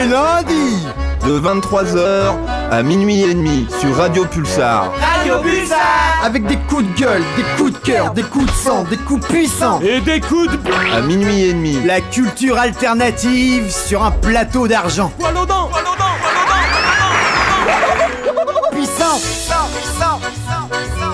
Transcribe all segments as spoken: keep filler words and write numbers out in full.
les lundis de vingt-trois heures à minuit et demi sur Radio Pulsar. Radio Pulsar. Avec des coups de gueule, des coups de cœur, des coups de sang, des coups puissants et des coups de... À minuit et demi. La culture alternative sur un plateau d'argent. Poil aux dents, poil aux dents, poil aux dents, poil aux dents. Puissant, puissant, puissant, puissant, puissant.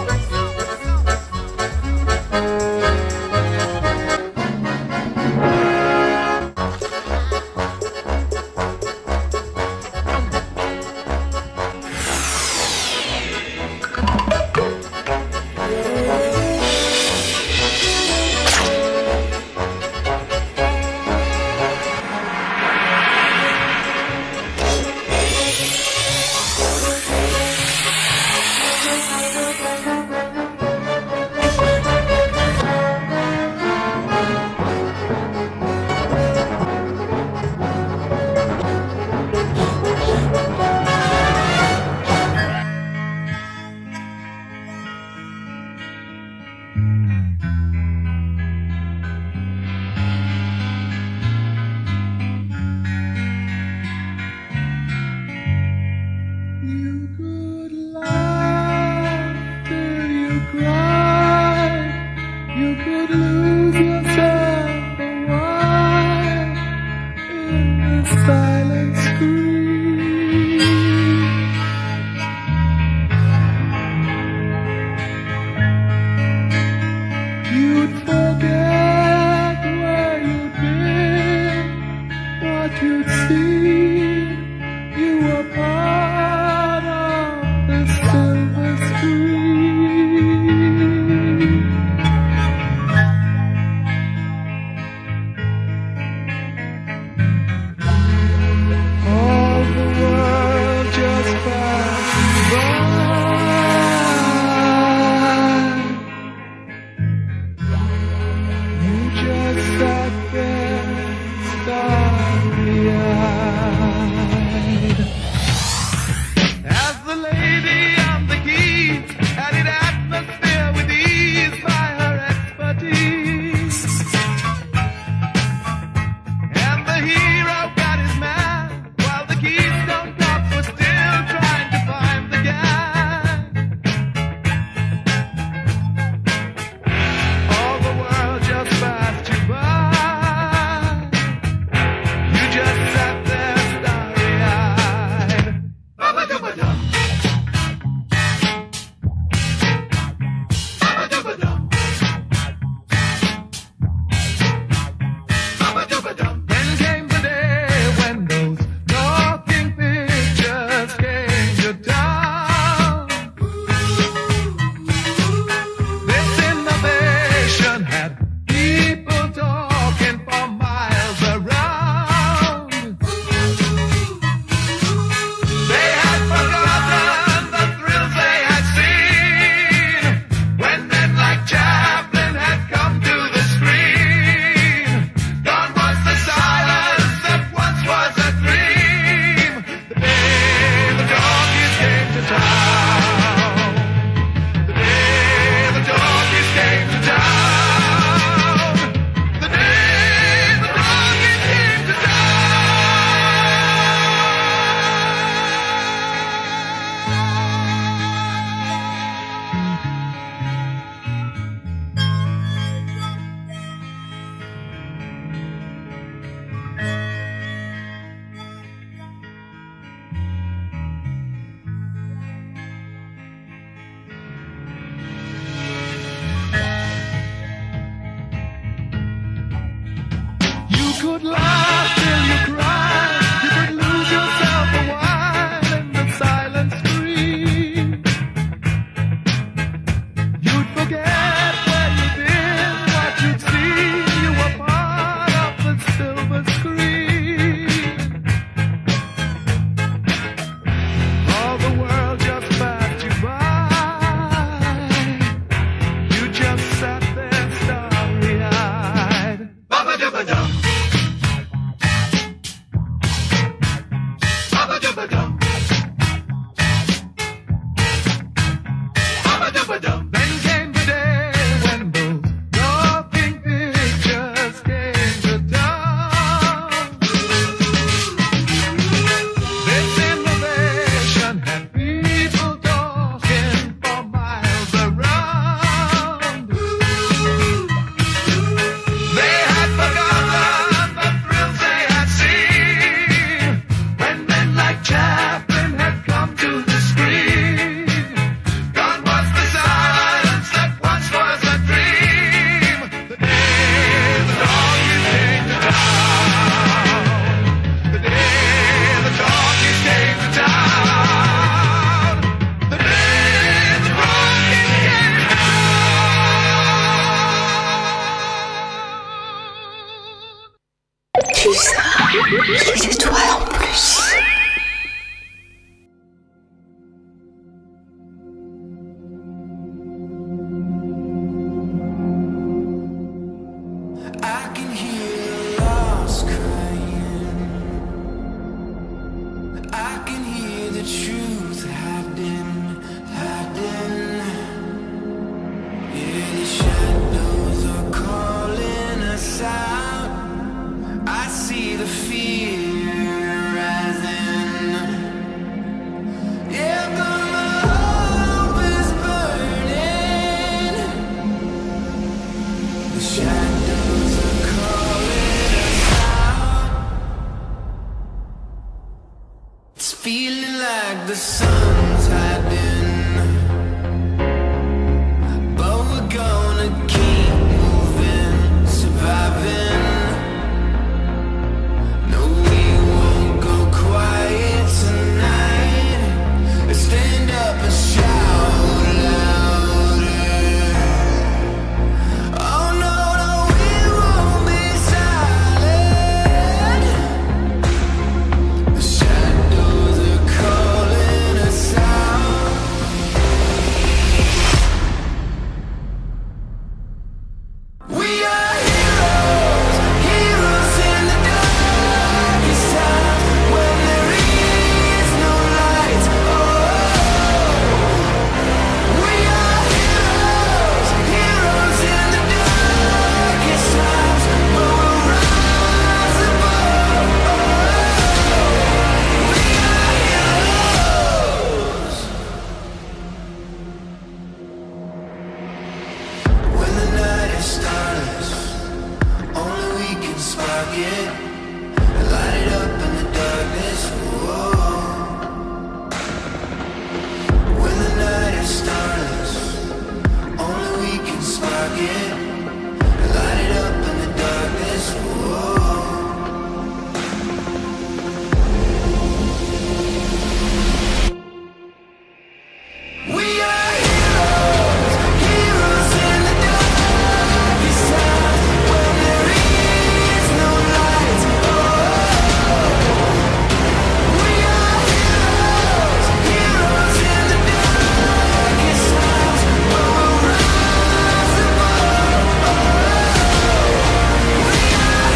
I can hear the truth hiding, hiding. Yeah, the shadows are calling us out. I see the fear rising. Yeah, but my hope is burning. The shadows are calling us out. It's feeling like the sun's hiding, but we're gonna keep moving, surviving. No, we won't go quiet tonight. Let's stand up and shout louder. Oh no, no, we won't be silent. The shadows are calling us out. We are heroes, heroes in the darkest times when there is no light. Oh, we are heroes, heroes in the darkest times, but we'll rise above. We are heroes. When the night is starless, only we can spark it, light it up in the darkness. Whoa. When the night is starless, only we can spark it, light it up in the darkness. Whoa. We are heroes, heroes in the darkest times when there is no light. Oh, we are heroes, heroes in the darkest times, but we'll rise above. We are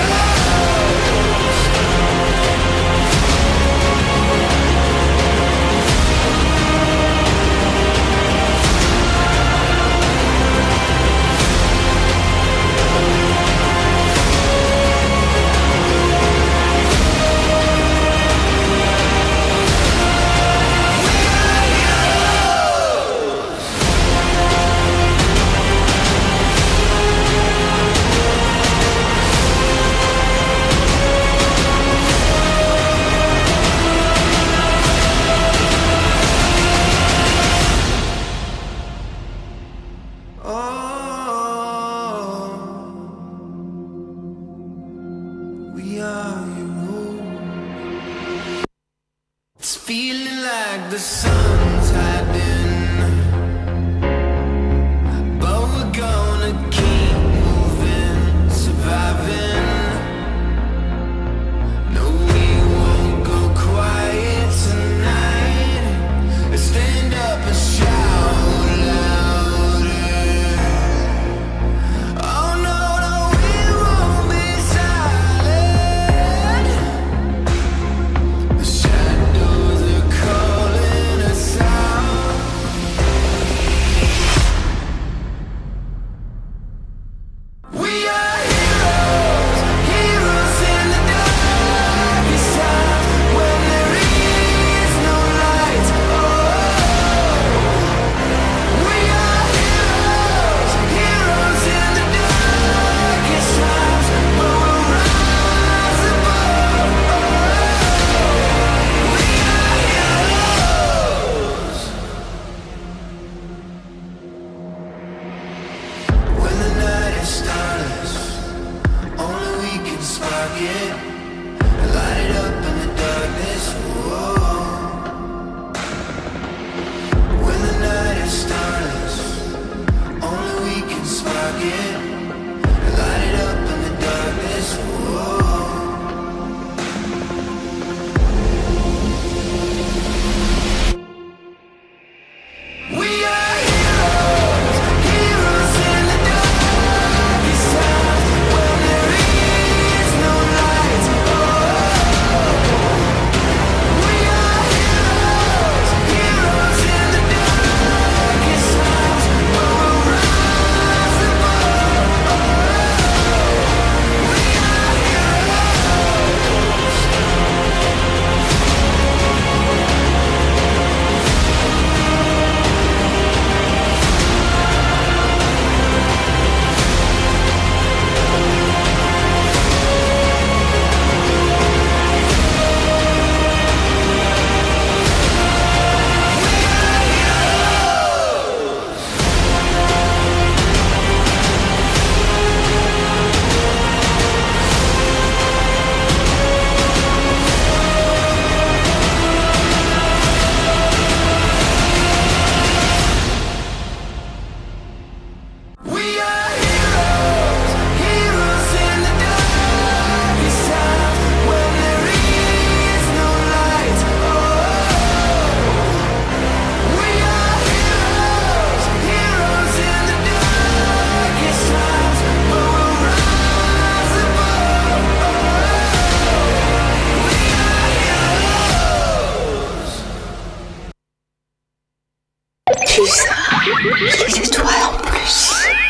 Oh, we are heroes. It's feeling like the sun's hiding, but we're gonna keep moving, surviving. No, we won't go quiet tonight. Let's stand up and shout louder. Oh no, no, we won't be silent. The shadows are calling us Les étoiles en plus.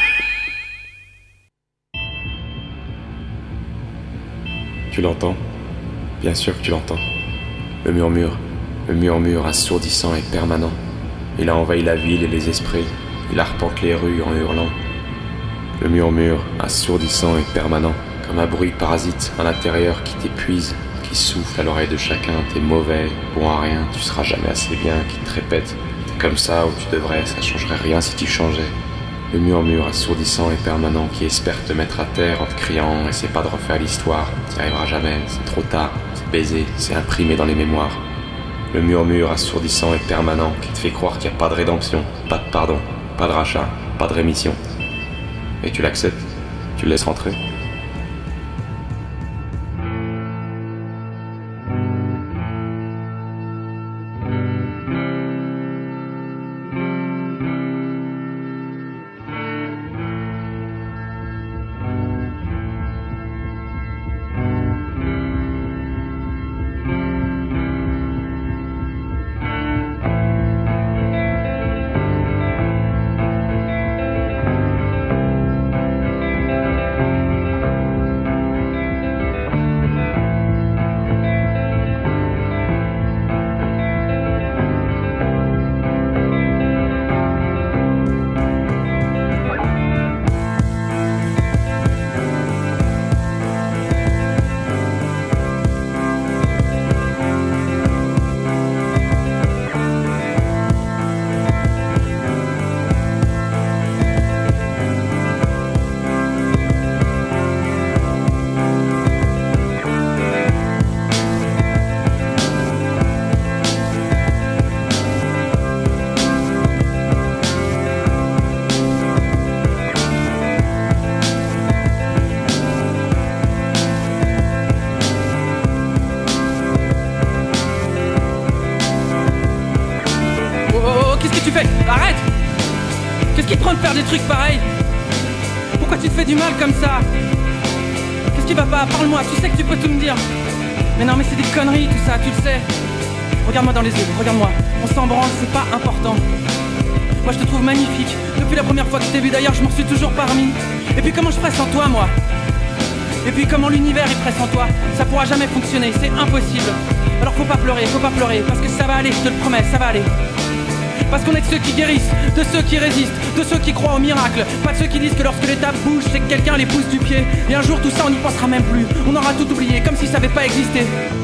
Tu l'entends ? Bien sûr que tu l'entends. Le murmure, le murmure assourdissant et permanent. Il a envahi la ville et les esprits. Il arpente les rues en hurlant. Le murmure assourdissant et permanent, comme un bruit parasite à l'intérieur qui t'épuise, qui souffle à l'oreille de chacun. T'es mauvais, bon à rien, tu seras jamais assez bien, qui te répète. T'es comme ça où tu devrais, ça changerait rien si tu changeais. Le murmure assourdissant et permanent qui espère te mettre à terre en te criant « Essaie pas de refaire l'histoire, t'y arriveras jamais, c'est trop tard, c'est baisé, c'est imprimé dans les mémoires. » Le murmure assourdissant et permanent qui te fait croire qu'il n'y a pas de rédemption, pas de pardon, pas de rachat, pas de rémission. Et tu l'acceptes, tu le laisses rentrer. Arrête! Qu'est-ce qui te prend de faire des trucs pareils? Pourquoi tu te fais du mal comme ça? Qu'est-ce qui va pas? Parle-moi, tu sais que tu peux tout me dire. Mais non mais c'est des conneries tout ça, tu le sais. Regarde-moi dans les yeux, regarde-moi. On s'en branle, c'est pas important. Moi je te trouve magnifique. Depuis la première fois que je t'ai vu d'ailleurs, je m'en suis toujours pas remis. Et puis comment je ferais sans toi moi? Et puis comment l'univers il ferait sans toi? Ça pourra jamais fonctionner, c'est impossible. Alors faut pas pleurer, faut pas pleurer, parce que ça va aller, je te le promets, ça va aller. Parce qu'on est de ceux qui guérissent, de ceux qui résistent, de ceux qui croient au miracle. Pas de ceux qui disent que lorsque les tables bougent, c'est que quelqu'un les pousse du pied. Et un jour tout ça on n'y pensera même plus. On aura tout oublié, comme si ça n'avait pas existé.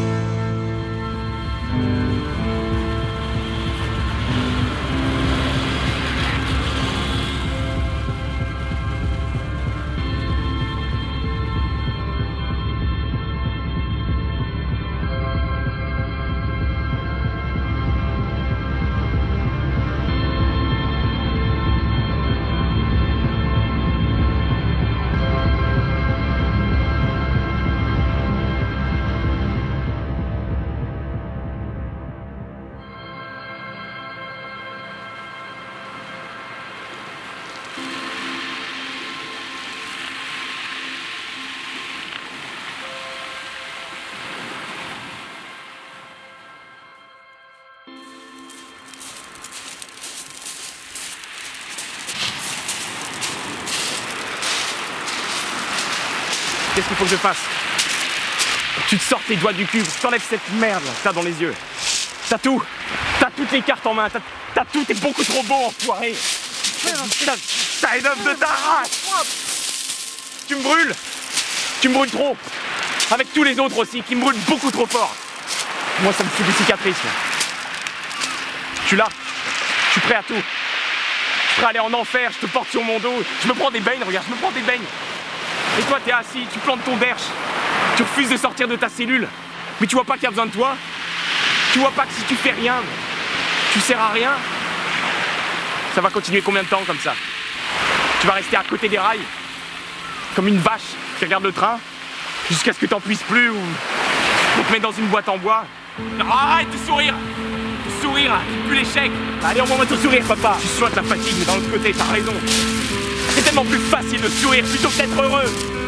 Qu'est-ce qu'il faut que je fasse? Tu te sors tes doigts du cul, tu t'enlèves cette merde là, que t'as dans les yeux. T'as tout, t'as toutes les cartes en main, t'as, t'as tout, t'es beaucoup trop beau, enfoiré. T'as, t'as une œuvre de ta race. Tu me brûles, tu me brûles trop. Avec tous les autres aussi, qui me brûlent beaucoup trop fort. Moi ça me fait des cicatrices là. Je suis là, je suis prêt à tout. Je suis prêt à aller en enfer, je te porte sur mon dos. Je me prends des beignes, regarde, je me prends des beignes. Et toi t'es assis, tu plantes ton derche, tu refuses de sortir de ta cellule. Mais tu vois pas qu'il y a besoin de toi? Tu vois pas que si tu fais rien, tu sers à rien? Ça va continuer combien de temps comme ça? Tu vas rester à côté des rails, comme une vache qui regarde le train, jusqu'à ce que t'en puisses plus ou on te met dans une boîte en bois. Arrête de sourire! De sourire, tu pues l'échec. Allez, envoie-moi ton sourire, papa. Tu sois de la fatigue, mais d'un autre côté, t'as raison. C'est tellement plus facile de sourire plutôt que d'être heureux.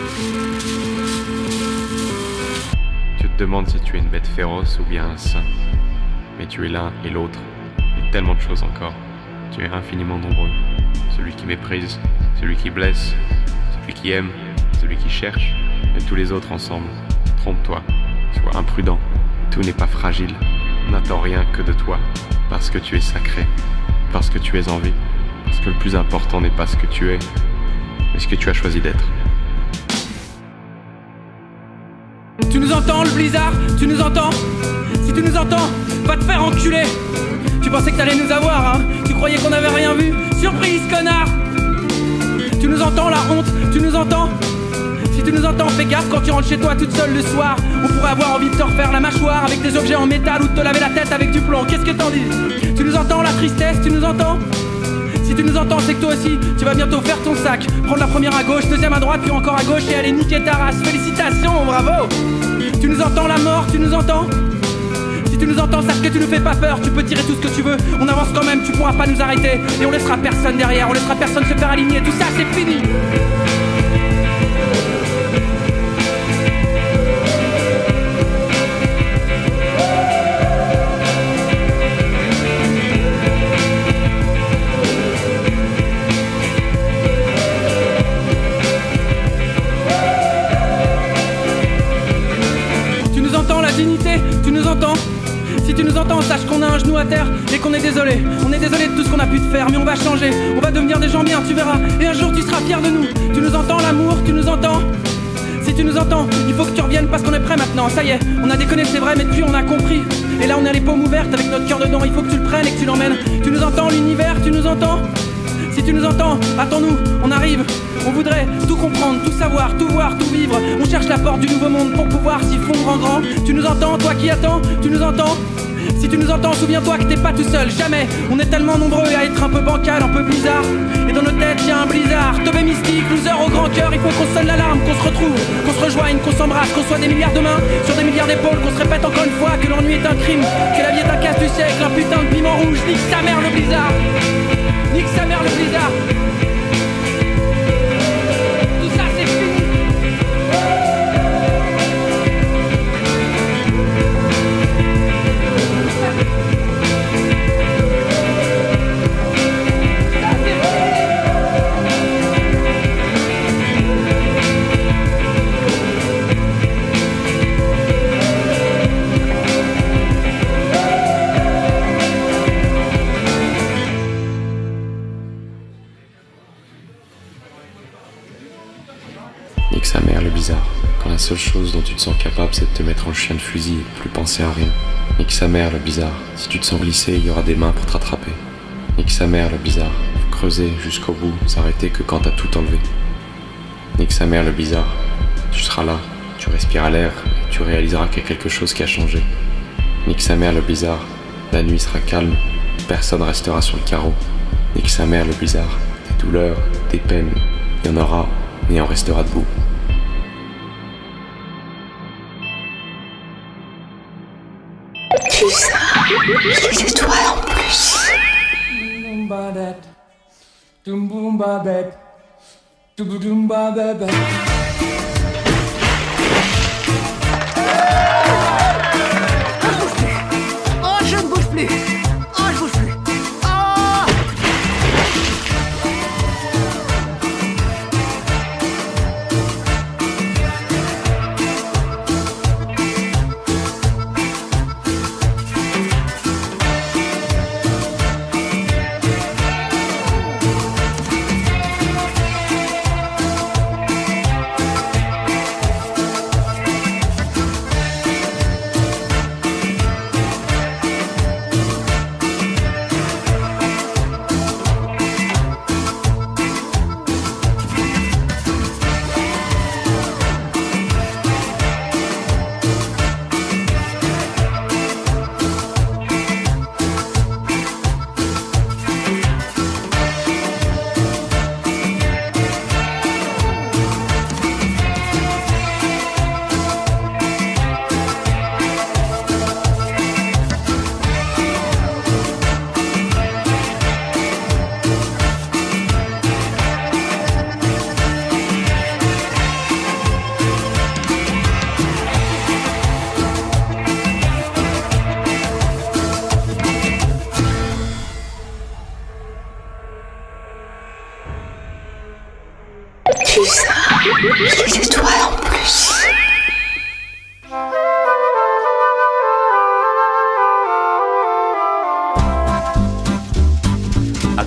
Tu te demandes si tu es une bête féroce ou bien un saint. Mais tu es l'un et l'autre, et tellement de choses encore. tu es infiniment nombreux. Celui qui méprise, celui qui blesse, celui qui aime, celui qui cherche, et tous les autres ensemble. Trompe-toi, sois imprudent, tout n'est pas fragile. N'attends rien que de toi, parce que tu es sacré, parce que tu es en vie, parce que le plus important n'est pas ce que tu es, mais ce que tu as choisi d'être. Tu nous entends, le blizzard? Tu nous entends? Si tu nous entends, va te faire enculer. Tu pensais que t'allais nous avoir, hein? Tu croyais qu'on avait rien vu? Surprise, connard! Tu nous entends, la honte? Tu nous entends? Si tu nous entends, fais gaffe quand tu rentres chez toi toute seule le soir. On pourrait avoir envie de te refaire la mâchoire avec des objets en métal ou de te laver la tête avec du plomb. Qu'est-ce que t'en dis? Tu nous entends, la tristesse? Tu nous entends? Si tu nous entends, c'est que toi aussi, tu vas bientôt faire ton sac. Prendre la première à gauche, deuxième à droite, puis encore à gauche et aller niquer ta race. Félicitations, bravo! Tu nous entends, la mort? Tu nous entends? Si tu nous entends, sache que tu nous fais pas peur. Tu peux tirer tout ce que tu veux, on avance quand même, tu pourras pas nous arrêter. Et on laissera personne derrière, on laissera personne se faire aligner. Tout ça, c'est fini! Dignité, tu nous entends? Si tu nous entends, sache qu'on a un genou à terre et qu'on est désolé. On est désolé de tout ce qu'on a pu te faire, mais on va changer. On va devenir des gens bien, tu verras. Et un jour tu seras fier de nous. Tu nous entends, l'amour? Tu nous entends? Si tu nous entends, il faut que tu reviennes parce qu'on est prêt maintenant. Ça y est, on a déconné, c'est vrai, mais depuis on a compris. Et là on a les paumes ouvertes avec notre cœur dedans. Il faut que tu le prennes et que tu l'emmènes. Tu nous entends, l'univers? Tu nous entends? Si tu nous entends, attends-nous, on arrive. On voudrait tout comprendre, tout savoir, tout voir, tout vivre. On cherche la porte du nouveau monde pour pouvoir s'y fondre en grand. Tu nous entends, toi qui attends? Tu nous entends? Si tu nous entends, souviens-toi que t'es pas tout seul, jamais. On est tellement nombreux à être un peu bancal, un peu bizarre. Et dans nos têtes y'a un blizzard. Teubé mystique, loser au grand cœur. Il faut qu'on sonne l'alarme, qu'on se retrouve, qu'on se rejoigne, qu'on s'embrasse, qu'on soit des milliards de mains sur des milliards d'épaules, qu'on se répète encore une fois que l'ennui est un crime, que la vie est un casse du siècle, un putain de piment rouge. Nique sa mère le blizzard. Nique sa mère le blizzard. Nique sa mère le bizarre, quand la seule chose dont tu te sens capable c'est de te mettre en chien de fusil et plus penser à rien. Nique sa mère le bizarre, si tu te sens glisser, il y aura des mains pour te rattraper. Nique sa mère le bizarre, faut creuser jusqu'au bout, s'arrêter que quand t'as tout enlevé. Nique sa mère le bizarre, tu seras là, tu respireras l'air, et tu réaliseras qu'il y a quelque chose qui a changé. Nique sa mère le bizarre, la nuit sera calme, personne restera sur le carreau. Nique sa mère le bizarre, des douleurs, des peines, il y en aura, et on restera debout. Bizarre, les étoiles en plus. Oh, je ne bouge plus. Oh, je bouge plus. Oh.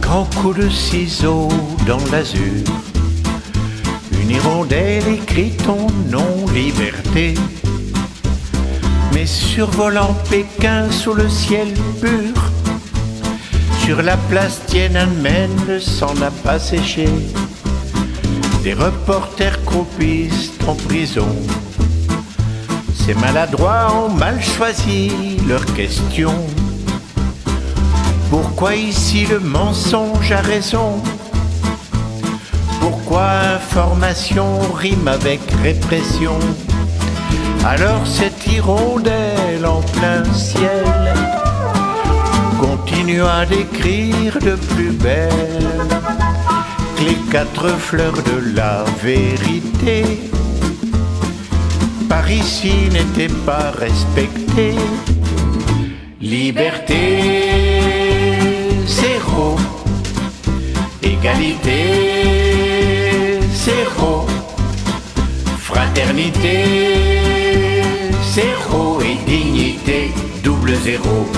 grands coups de ciseaux dans l'azur, une hirondelle écrit ton nom, liberté. Mais survolant Pékin sous le ciel pur, sur la place Tiananmen, le sang n'a pas séché. Des reporters croupissent en prison. Ces maladroits ont mal choisi leurs questions. Pourquoi ici le mensonge a raison? Pourquoi information rime avec répression? Alors cette hirondelle en plein ciel continua d'écrire de plus belle que les quatre fleurs de la vérité. Par ici n'était pas respecté. Liberté, zéro. Égalité, zéro. Fraternité, zéro. Et dignité, double zéro.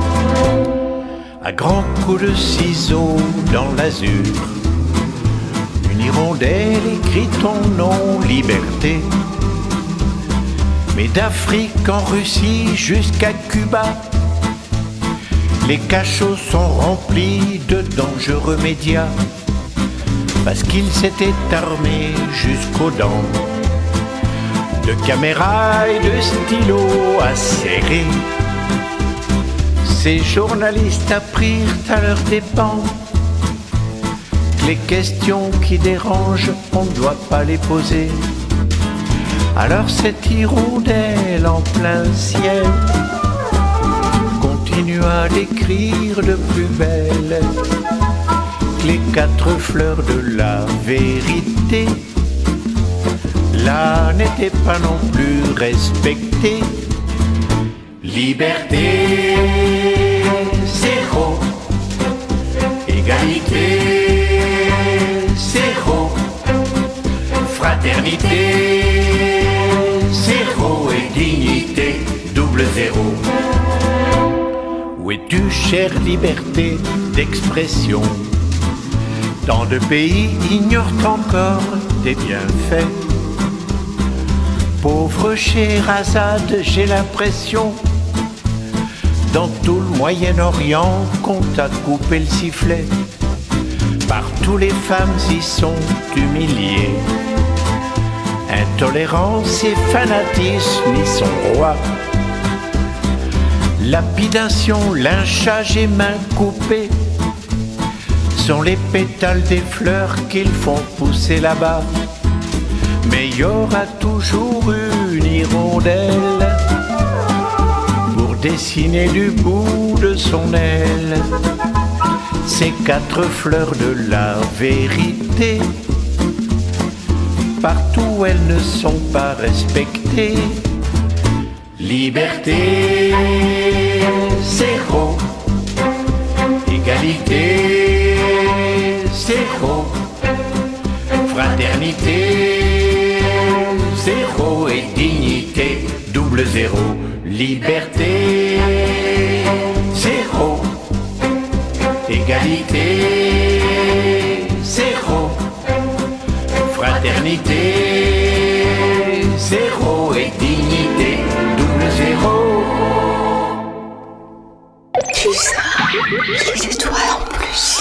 À grands coups de ciseaux dans l'azur, une hirondelle écrit ton nom, liberté. Mais d'Afrique en Russie jusqu'à Cuba, les cachots sont remplis de dangereux médias, parce qu'ils s'étaient armés jusqu'aux dents de caméras et de stylos acérés. Ces journalistes apprirent à leurs dépens que les questions qui dérangent, on ne doit pas les poser. Alors cette hirondelle en plein ciel continua d'écrire de plus belle que les quatre fleurs de la vérité. Là n'était pas non plus respectée. Liberté, zéro. Égalité, zéro. Fraternité, zéro. Et dignité, double zéro. Où es-tu, chère liberté d'expression? Tant de pays ignorent encore tes bienfaits. Pauvre Scheherazade, j'ai l'impression, dans tout le Moyen-Orient, qu'on t'a coupé le sifflet. Partout les femmes y sont humiliées. Intolérance et fanatisme y sont rois. Lapidation, lynchage et mains coupées sont les pétales des fleurs qu'ils font pousser là-bas. Mais il y aura toujours une hirondelle pour dessiner du bout de son aile ces quatre fleurs de la vérité. Partout où elles ne sont pas respectées. Liberté, zéro. Égalité, zéro. Fraternité, zéro. Et dignité, double zéro. Liberté, zéro. Égalité, zéro. Fraternité, zéro. Et dignité, double zéro. Plus les étoiles en plus.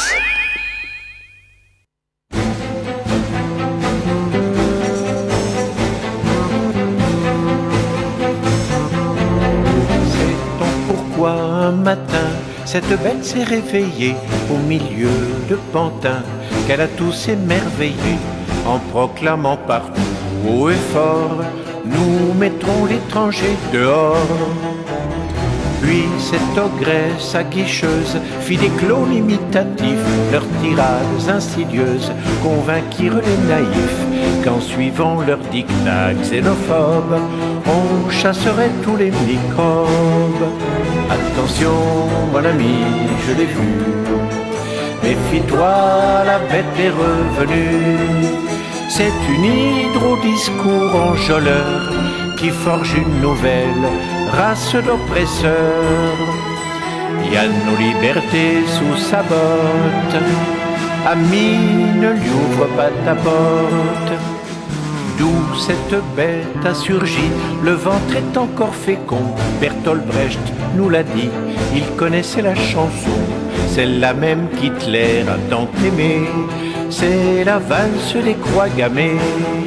Un matin, cette bête s'est réveillée au milieu de pantins, qu'elle a tous émerveillés en proclamant partout haut et fort: nous mettrons l'étranger dehors. Puis cette ogresse aguicheuse fit des clones imitatifs, leurs tirades insidieuses convainquirent les naïfs qu'en suivant leurs dictats xénophobes, on chasserait tous les microbes. Attention, mon ami, je l'ai vu. Méfie-toi, la bête est revenue. C'est une hydre au discours enjôleur qui forge une nouvelle race d'oppresseurs. Il y a nos libertés sous sa botte. Ami, ne lui ouvre pas ta porte. D'où cette bête a surgi, le ventre est encore fécond. Bertolt Brecht nous l'a dit, il connaissait la chanson, celle-là même qu'Hitler a tant aimée, c'est la valse des croix gammées.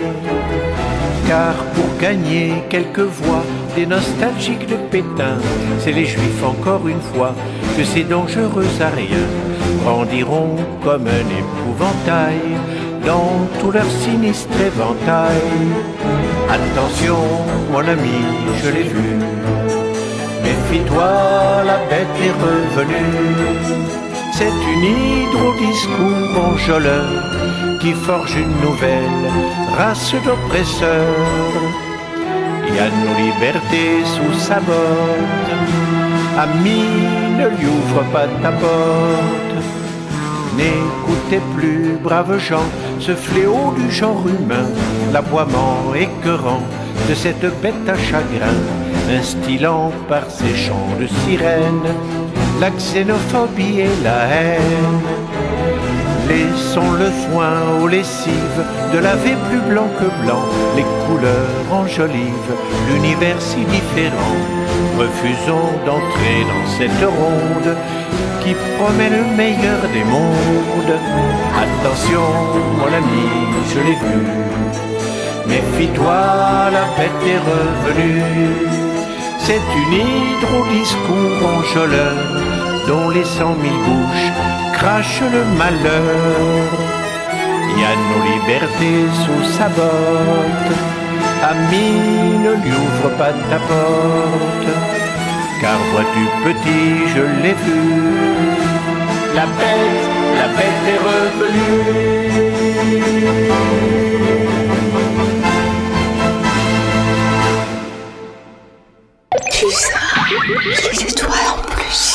Car pour gagner quelques voix, des nostalgiques de Pétain, c'est les juifs encore une fois, que ces dangereux ariens grandiront comme un épouvantail dans tout leur sinistre éventail. Attention, mon ami, je l'ai vu, méfie-toi, la bête est revenue. C'est une hydre au discours enjôleur qui forge une nouvelle race d'oppresseurs. Il y a nos libertés sous sa botte. Ami, ne lui ouvre pas ta porte. N'écoutez plus, braves gens, ce fléau du genre humain, l'aboiement écœurant de cette bête à chagrin, instillant par ses chants de sirène la xénophobie et la haine. Laissons le soin aux lessives de laver plus blanc que blanc les couleurs enjolivent l'univers si différent. Refusons d'entrer dans cette ronde qui promet le meilleur des mondes. Attention, mon ami, je l'ai vu, méfie-toi, la bête est revenue. C'est une hydre au discours enjôleur dont les cent mille bouches crachent le malheur. Il y a nos libertés sous sa botte. Ami, ne lui ouvre pas ta porte. Car vois-tu petit, je l'ai vu, la bête, la bête est revenue. Pulsar, les étoiles en plus.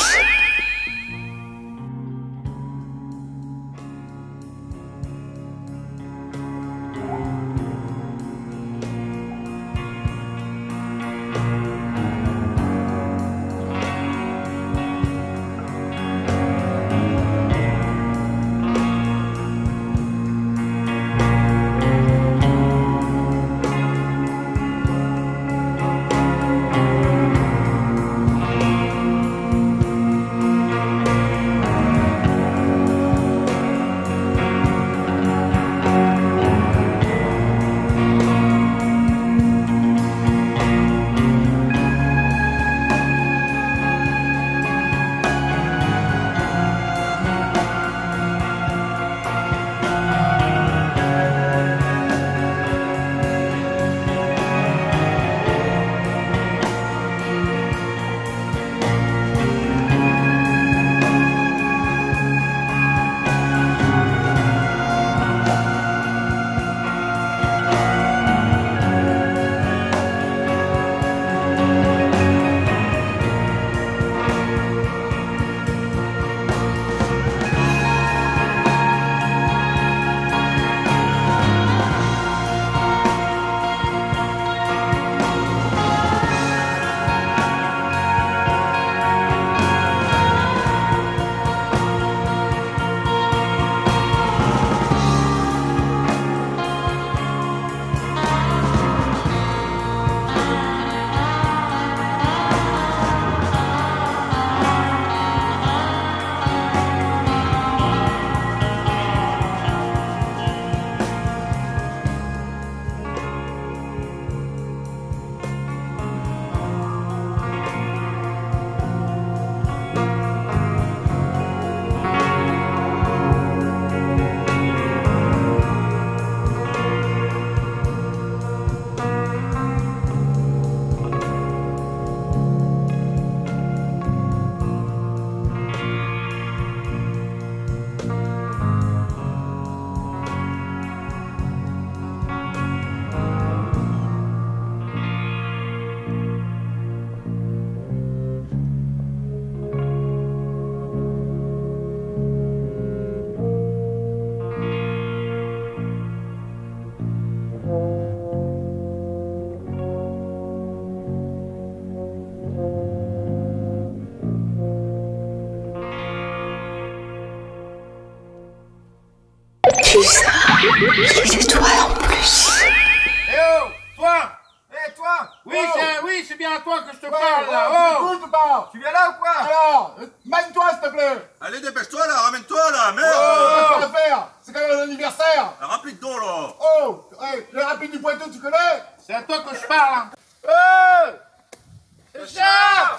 plus. Des étoiles en plus. Eh oh, toi. Eh toi. Oui, oh. c'est oui, c'est bien à toi que je te ouais, parle là. Oh, Oh. tu m'écoutes ou pas? Tu viens là ou quoi? Alors, mène-toi s'il te plaît. Allez, dépêche-toi là, ramène-toi là, merde. Oh, oh. Faire. C'est quand même l'anniversaire. Rapide donc là. Oh, hey, le rapide du Poitou, tu connais? C'est à toi que je parle. Hein. Oh, Sacha,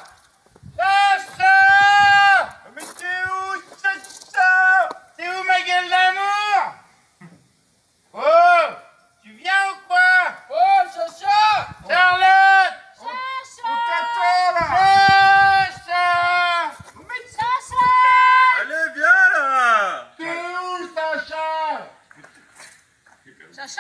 Sacha. Mais t'es où, Sacha? T'es où ma gueule d'amour? Oh, tu viens ou quoi? Oh, Sacha! Charlotte! Sacha! On t'attend là! Sacha! Sacha! Allez, viens là. T'es où, Sacha? Sacha!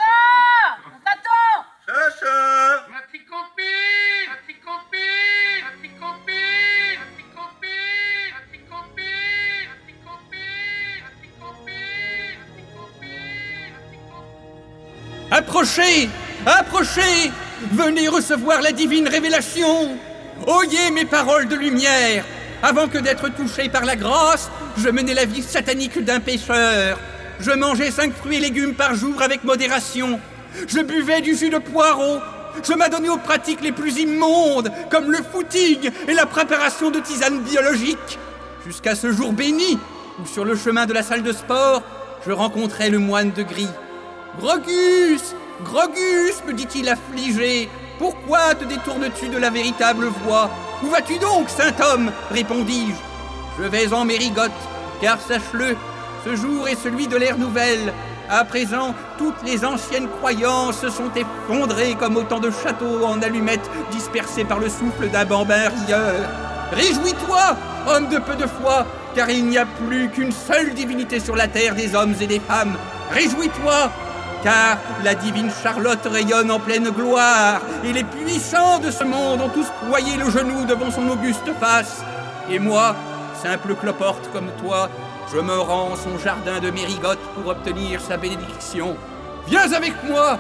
On t'attend! Sacha. Ma petite copine! Ma petite copine! Ma petite copine! Ma petite copine! Ma petite copine! Ma petite copine! Ma petite copine! Ma petite copine! Ma petite copine! Approchez! Approchez! Venez recevoir la divine révélation! Oyez mes paroles de lumière! Avant que d'être touché par la grâce, je menais la vie satanique d'un pécheur. Je mangeais cinq fruits et légumes par jour avec modération. Je buvais du jus de poireau. Je m'adonnais aux pratiques les plus immondes, comme le footing et la préparation de tisanes biologiques. Jusqu'à ce jour béni, où sur le chemin de la salle de sport, je rencontrai le moine de gris. « Grogus, Grogus, me dit-il affligé, pourquoi te détournes-tu de la véritable voie? Où vas-tu donc, saint homme? Répondis-je. Je vais en Mérigote, car sache-le, ce jour est celui de l'ère nouvelle. À présent, toutes les anciennes croyances se sont effondrées comme autant de châteaux en allumettes dispersés par le souffle d'un bambin rieur. Réjouis-toi, homme de peu de foi, car il n'y a plus qu'une seule divinité sur la terre des hommes et des femmes. Réjouis-toi, car la divine Charlotte rayonne en pleine gloire, et les puissants de ce monde ont tous ployé le genou devant son auguste face. Et moi, simple cloporte comme toi, je me rends en son jardin de Mérigote pour obtenir sa bénédiction. Viens avec moi!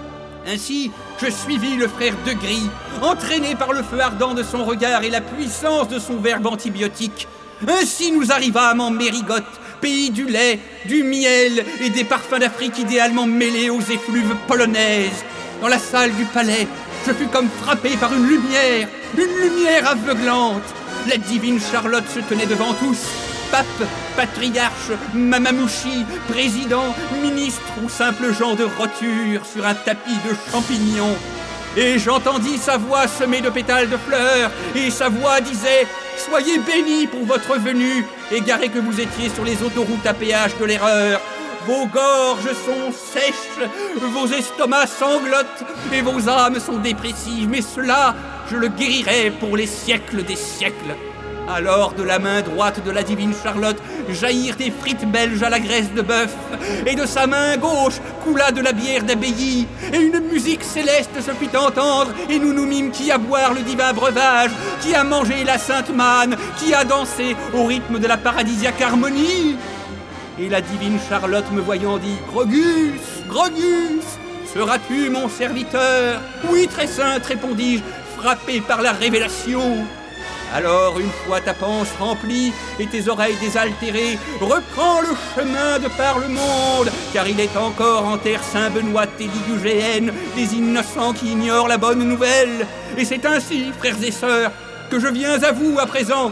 Ainsi, je suivis le frère de Gris, entraîné par le feu ardent de son regard et la puissance de son verbe antibiotique. Ainsi nous arrivâmes en Mérigote, pays du lait, du miel et des parfums d'Afrique idéalement mêlés aux effluves polonaises. Dans la salle du palais, je fus comme frappé par une lumière, une lumière aveuglante. La divine Charlotte se tenait devant tous, pape, patriarche, mamamouchi, président, ministre ou simple gens de roture sur un tapis de champignons. Et j'entendis sa voix semée de pétales de fleurs, et sa voix disait « Soyez bénis pour votre venue, égarés que vous étiez sur les autoroutes à péage de l'erreur. Vos gorges sont sèches, vos estomacs sanglotent, et vos âmes sont dépressives, mais cela, je le guérirai pour les siècles des siècles. » Alors de la main droite de la divine Charlotte jaillirent des frites belges à la graisse de bœuf, et de sa main gauche coula de la bière d'abbaye, et une musique céleste se fit entendre, et nous nous mîmes qui à boire le divin breuvage, qui a mangé la sainte manne, qui a dansé au rythme de la paradisiaque harmonie. Et la divine Charlotte me voyant dit « Grogus, Grogus, seras-tu mon serviteur ?»« Oui, très sainte, répondis-je, frappé par la révélation. » Alors, une fois ta panse remplie et tes oreilles désaltérées, reprends le chemin de par le monde, car il est encore en terre Saint-Benoît et Ligugéenne des innocents qui ignorent la bonne nouvelle. Et c'est ainsi, frères et sœurs, que je viens à vous à présent.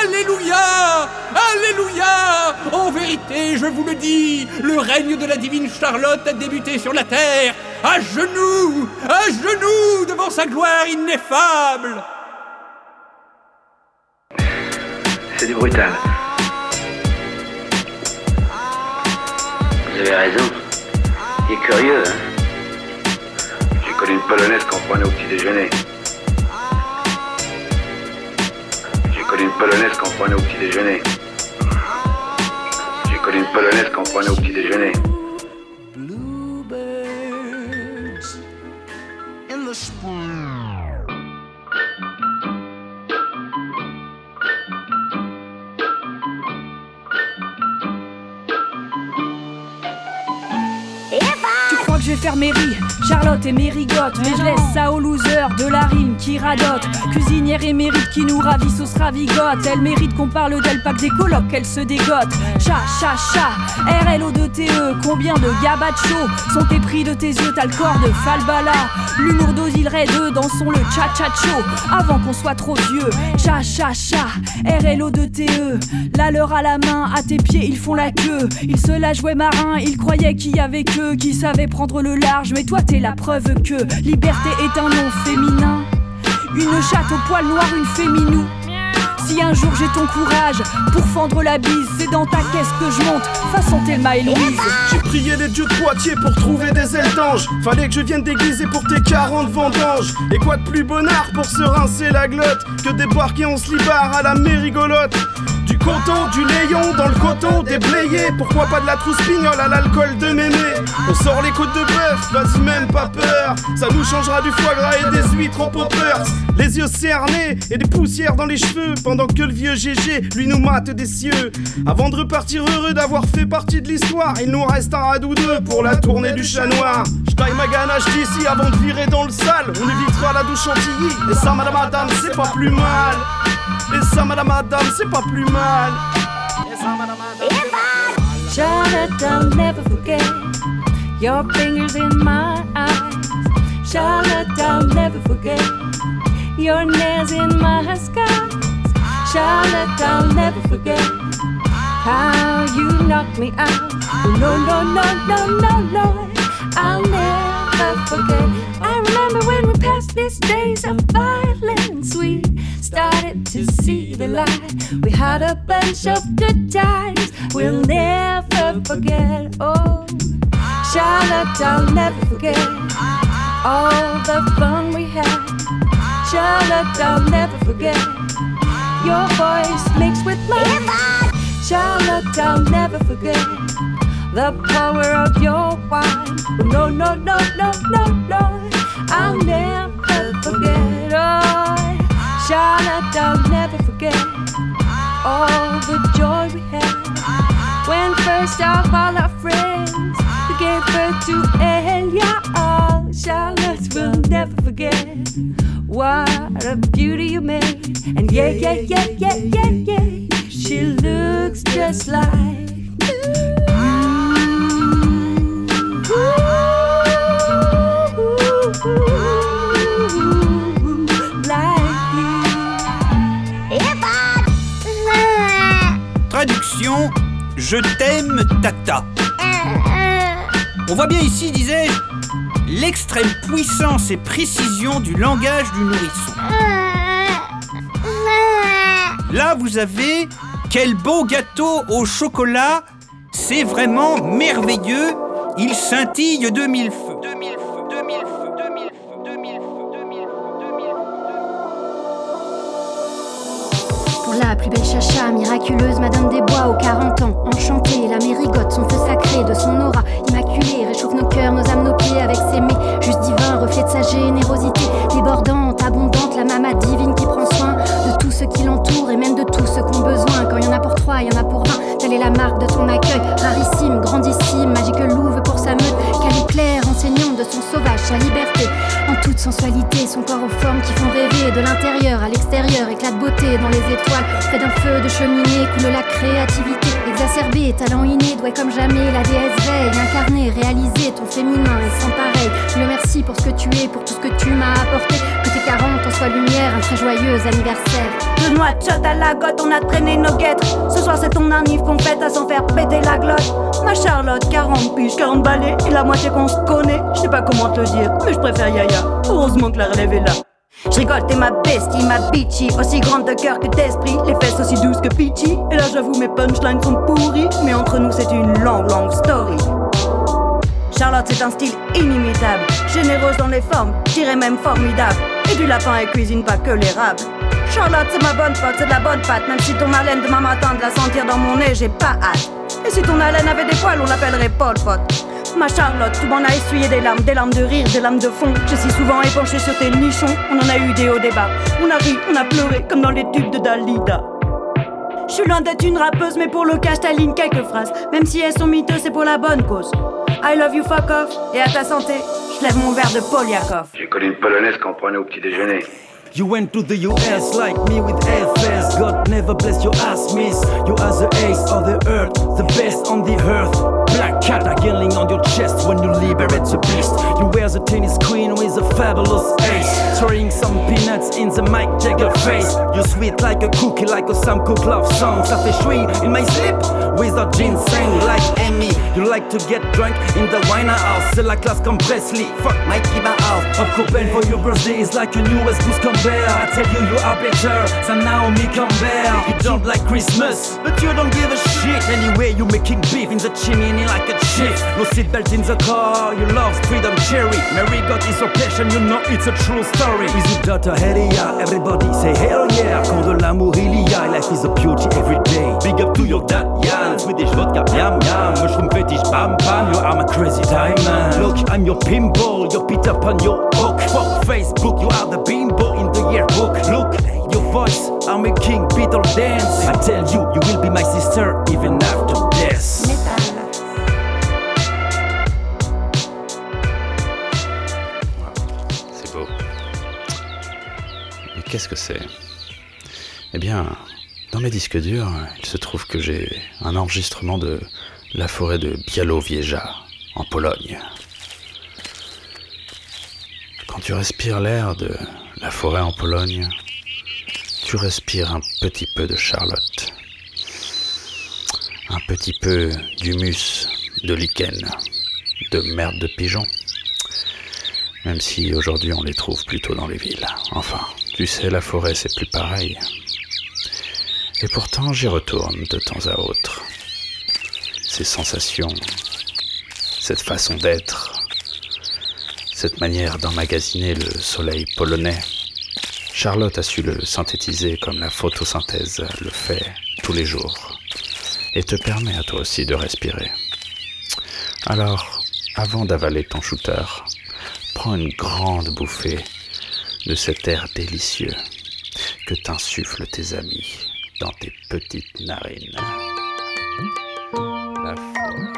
Alléluia! Alléluia! En vérité, je vous le dis, le règne de la divine Charlotte a débuté sur la terre, à genoux, à genoux devant sa gloire ineffable. C'est du brutal. Vous avez raison. Il est curieux, hein. J'ai connu une polonaise qu'on prenait au petit déjeuner. J'ai connu une polonaise qu'on prenait au petit déjeuner. J'ai connu une polonaise qu'on prenait au petit déjeuner. Bluebirds in the spring. je vais faire Mary, Charlotte et Mérigotte. Mais je laisse ça aux losers de la rime qui radote. Cuisinière émérite qui nous ravit, sauce ravigote. Elle mérite qu'on parle d'elle, pas que des colocs qu'elle se dégote. Cha, cha, cha, R L O deux T E. Combien de gabachos sont épris de tes yeux? T'as le corps de Falbala. L'humour d'Ozil Ray deux, dansons le cha-cha-cho avant qu'on soit trop vieux. Cha, cha, cha, R L O deux T E. La leur à la main, à tes pieds ils font la queue. Ils se la jouaient marin, ils croyaient qu'il y avait qu'eux qui savaient prendre le large. Mais toi t'es la preuve que liberté est un nom féminin. Une chatte au poil noir, une féminou. Si un jour j'ai ton courage pour fendre la bise, c'est dans ta caisse que je monte, façon Thelma et Louise. J'ai prié les dieux de Poitiers pour trouver des ailes d'ange. Fallait que je vienne déguiser pour tes quarante vendanges. Et quoi de plus bonnard pour se rincer la glotte que débarquer en slibard à la mérigolote. Du coton, du layon, dans le coton, déblayé. Pourquoi pas de la trousse pignole à l'alcool de mémé. On sort les côtes de bœuf, vas-y même pas peur. Ça nous changera du foie gras et des huîtres au poppers. Les yeux cernés et des poussières dans les cheveux. Pendant que le vieux G G, lui nous mate des cieux. Avant de repartir heureux d'avoir fait partie de l'histoire, il nous reste un radou deux pour la tournée du chat noir. J'taille ma ganache d'ici avant de virer dans le sale. On évitera la douche chantilly. Et ça madame madame c'est pas plus mal. Et ça madame madame c'est pas plus mal. Charlotte, I'll never forget your fingers in my eyes. Charlotte, I'll never forget your nails in my skies. Charlotte, I'll never forget how you knocked me out. Oh, no, no, no, no, no, no, I'll never forget. I remember when we passed these days of violence. We started to see the light. We had a bunch of good times we'll never forget. Oh, Charlotte, I'll never forget all the fun we had. Charlotte, I'll never forget your voice mixed with mine. Charlotte, I'll never forget the power of your wine. Oh, no, no, no, no, no, no, I'll never forget. Oh, Charlotte, I'll never forget all the joy we had when first of all our friends we gave birth to Elia. Oh, Charlotte will never forget what a beauty you made. And yeah, yeah, yeah, yeah, yeah, yeah, she looks just like Traduction, je t'aime tata. On voit bien ici, disais-je, l'extrême puissance et précision du langage du nourrisson. Là, vous avez quel beau gâteau au chocolat, c'est vraiment merveilleux, il scintille de mille feux. La plus belle chacha, miraculeuse, Madame des Bois aux quarante ans, enchantée, la mérigote, son feu sacré, de son aura immaculée, réchauffe nos cœurs, nos âmes, nos pieds avec ses mets, juste divin, reflet de sa générosité, débordante, abondante, la maman divine qui prend soin de tous ceux qui l'entourent et même de tous ceux qui ont besoin. Quand il y en a pour trois, il y en a pour vingt, telle est la marque de ton accueil, rarissime, grandissime, magique louve pour sa meute, qu'elle éclaire, enseignante de son sauvage, sa liberté, en toute sensualité, son corps aux formes qui font rêver, de l'intérieur à l'extérieur, éclat de beauté dans les étoiles. Près d'un feu de cheminée coule la créativité exacerbée, talent inné, doué comme jamais, la déesse veille, incarner, réaliser ton féminin est sans pareil. Je le remercie pour ce que tu es, pour tout ce que tu m'as apporté, que tes quarante en soient lumière, un très joyeux anniversaire. De noix de shot à la gotte, on a traîné nos guêtres. Ce soir c'est ton anniv qu'on fête à s'en faire péter la glotte. Ma Charlotte, quarante piges, quarante balais, et la moitié qu'on se connaît. Je sais pas comment te le dire, mais je préfère Yaya. Heureusement que la relève est là. Je rigole, t'es ma bestie, ma bitchy, aussi grande de cœur que d'esprit, les fesses aussi douces que Peachy. Et là j'avoue mes punchlines sont pourries, mais entre nous c'est une longue longue story. Charlotte c'est un style inimitable, généreuse dans les formes, je dirais même formidable. Et du lapin elle cuisine pas que l'érable. Charlotte c'est ma bonne pote, c'est de la bonne pâte, même si ton haleine demain matin de la sentir dans mon nez, j'ai pas hâte. Et si ton haleine avait des poils, on l'appellerait Paul Pot. Ma Charlotte, tu m'en as essuyé des larmes, des larmes de rire, des larmes de fond. J'ai si souvent épanché sur tes nichons, on en a eu des hauts débats. On a ri, on a pleuré, comme dans les tubes de Dalida. Je suis loin d'être une rappeuse, mais pour le cash t'aligne quelques phrases. Même si elles sont miteuses, c'est pour la bonne cause. I love you, fuck off, et à ta santé. Je lève mon verre de Poliakov. J'ai connu une polonaise qu'on prenait au petit déjeuner. You went to the U S like me with F S. God never bless your ass, miss. You are the ace of the earth, the best on the earth. Black cat yelling on your chest when you liberate the beast. You wear the tennis queen with a fabulous ace. Throwing some peanuts in the Mike Jagger face. You sweet like a cookie, like a Sam Cooke love song. Ça fait chouing in my sleep with a ginseng like Amy. You like to get drunk in the wine house. C'est la classe comme Presley, fuck Mikey Mouse. Up Copen for your birthday is like a new West Coast Campbell. I tell you you are better than Naomi Campbell. You don't like Christmas, but you don't give a shit. Anyway, you making beef in the chimney like a chick. No seatbelt in the car, you love freedom cherry. Mary God is your passion, you know it's a true story. Is your daughter Heria? Everybody say hell yeah. Quand de l'amour il y a, life is a beauty every day. Big up to your dad, Yann. Swedish vodka, yam yam. Mushroom fetish, bam bam. You are my crazy diamond. Look, I'm your pinball, your Peter Pan, your hook. Fuck Facebook, you are the bimbo in the yearbook. Look, your voice, I'm a king, Beatle dance. I tell you, you will be my sister even after death. C'est beau. Mais qu'est-ce que c'est ? Eh bien, dans mes disques durs, il se trouve que j'ai un enregistrement de la forêt de Białowieża, en Pologne. Quand tu respires l'air de la forêt en Pologne, tu respires un petit peu de Charlotte, un petit peu d'humus, de lichen, de merde de pigeon, même si aujourd'hui on les trouve plutôt dans les villes. Enfin, tu sais, la forêt c'est plus pareil. Et pourtant j'y retourne de temps à autre. Ces sensations, cette façon d'être, cette manière d'emmagasiner le soleil polonais. Charlotte a su le synthétiser comme la photosynthèse le fait tous les jours et te permet à toi aussi de respirer. Alors, avant d'avaler ton shooter, prends une grande bouffée de cet air délicieux que t'insufflent tes amis dans tes petites narines. La forêt.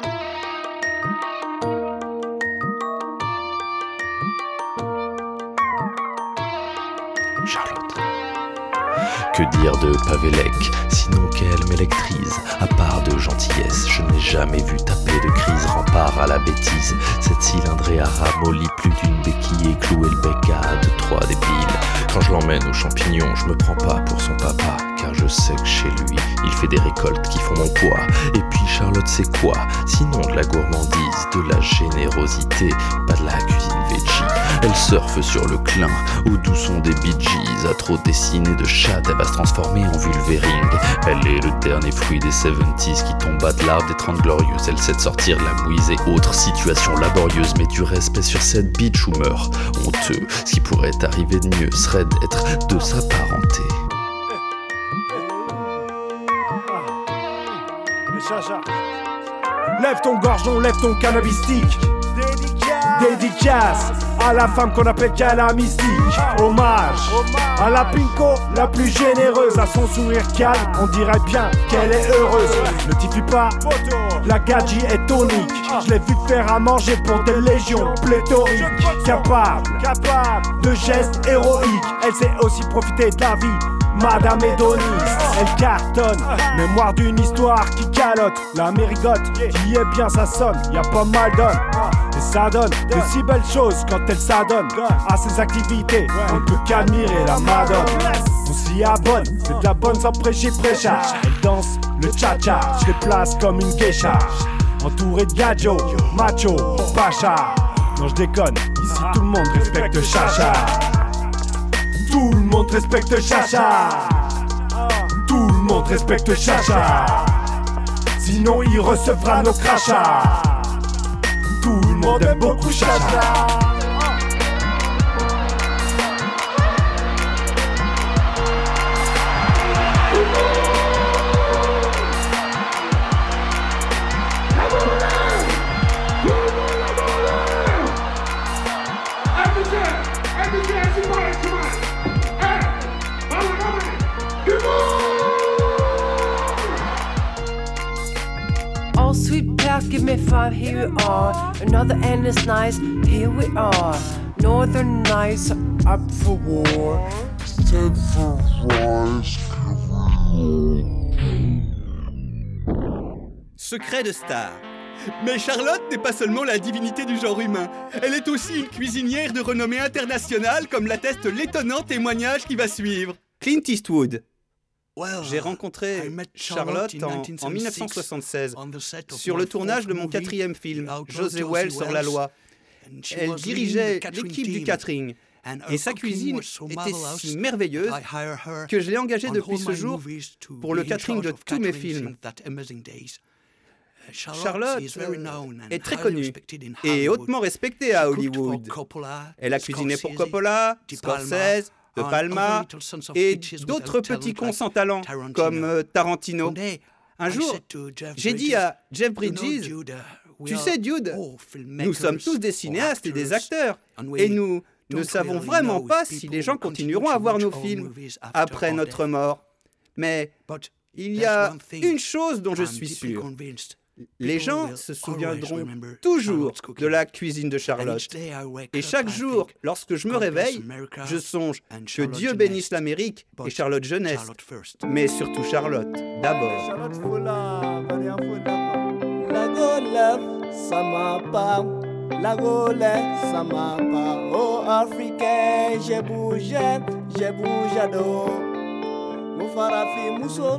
Charlotte. Que dire de Pavelec, sinon qu'elle m'électrise. À part de gentillesse, je n'ai jamais vu taper de crise. Rempart à la bêtise, cette cylindrée a ramolli plus d'une béquille et cloué le bec à deux, trois débiles. Quand je l'emmène aux champignons, je me prends pas pour son papa, car je sais que chez lui, il fait des récoltes qui font mon poids. Et puis Charlotte c'est quoi? Sinon de la gourmandise, de la générosité, pas de la cuisine veggie. Elle surfe sur le clin, au doux son des Bee Gees. À trop dessiner de chatte, elle va se transformer en vulvering. Elle est le dernier fruit des soixante-dix qui tombe à de l'arbre des trente glorieuses. Elle sait de sortir la mouise et autres situations laborieuses. Mais du respect sur cette bitch ou meurt honteux. Ce qui pourrait arriver de mieux serait d'être de sa parenté. Chacha. Lève ton gorgeon, lève ton cannabis stick. Dédicace à la femme qu'on appelle Calamystique. Hommage à la pinko la plus généreuse. À son sourire calme, on dirait bien qu'elle est heureuse. Ne t'y pas, la gadji est tonique. Je l'ai vu faire à manger pour des légions pléthoriques. Capable, capable de gestes héroïques. Elle sait aussi profiter de la vie, Madame hédoniste. Elle cartonne, mémoire d'une histoire qui calotte. La mérigote, qui est bien ça sonne, y a pas mal d'hommes. Et ça donne de si belles choses quand elle s'adonne à ses activités. On ne peut qu'admirer la madone. On s'y abonne, c'est de la bonne sans prêcher prêchage. Elle danse le cha-cha, je les place comme une geisha. Entouré de gadjo, macho, pacha. Non je déconne, ici tout le monde respecte Chacha. Tout le monde respecte Chacha. Tout le monde respecte Chacha. Sinon il recevra nos crachats. Tout le monde aime beaucoup Chacha. Oh, sweet past, give me five, here we are. Another endless night, here we are. Northern nights are up for war. Stand for rise, Secret de star. Mais Charlotte n'est pas seulement la divinité du genre humain. Elle est aussi une cuisinière de renommée internationale, comme l'atteste l'étonnant témoignage qui va suivre. Clint Eastwood. J'ai rencontré Charlotte en, en dix-neuf cent soixante-seize sur le tournage de mon quatrième film, José Wells sur la loi. Elle dirigeait l'équipe du catering et sa cuisine était si merveilleuse que je l'ai engagée depuis ce jour pour le catering de tous mes films. Charlotte est très connue et hautement respectée à Hollywood. Elle a cuisiné pour Coppola, Scorsese, De Palma et d'autres petits cons sans talent comme Tarantino. Un jour, j'ai dit à Jeff Bridges, « Tu sais, Dude, nous sommes tous des cinéastes et des acteurs et nous ne savons vraiment pas si les gens continueront à voir nos films après notre mort. Mais il y a une chose dont je suis sûr. Les gens se souviendront toujours de la cuisine de Charlotte. Et chaque jour, lorsque je me réveille, je songe que Dieu bénisse l'Amérique et Charlotte jeunesse. Mais surtout Charlotte, d'abord. La golef, ça m'a pas. La golef, ça m'a pas. Oh, Africain, j'ai bougé, j'ai bougé d'eau. Mon farafi mousson.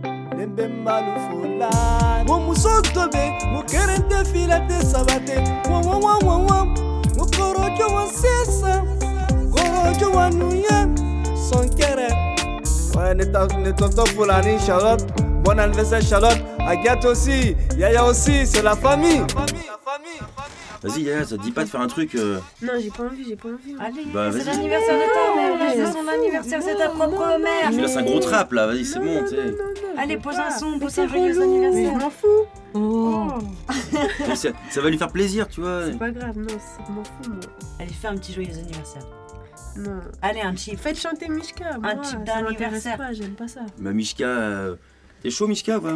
Mo muso tobe, mo kerente filate sabate. Wo wo wo wo wo, mo korojo wa sesa, korojo wa nuye, son kere. Ouais, ne tonton Fulani, Charlotte. Bon anniversaire Charlotte. Agathe aussi, Yaya aussi, c'est la famille. La famille. Vas-y, Yaya, ça te dit pas de faire un truc euh... Non, j'ai pas envie, j'ai pas envie. Allez, bah, c'est l'anniversaire de ta mère, c'est son anniversaire, c'est ta propre mère. Tu laisses un gros trap là, vas-y, c'est bon, tu sais. Allez, pose un son, pose un joyeux anniversaire. Je m'en fous. Oh. ça, ça va lui faire plaisir, tu vois. C'est pas grave, non, je m'en fous, moi. Allez, fais un petit joyeux anniversaire. Non. Allez, un petit. Faites chanter Mishka. Un petit d'anniversaire. J'aime pas ça. Bah, Mishka, euh... t'es chaud, Mishka, quoi.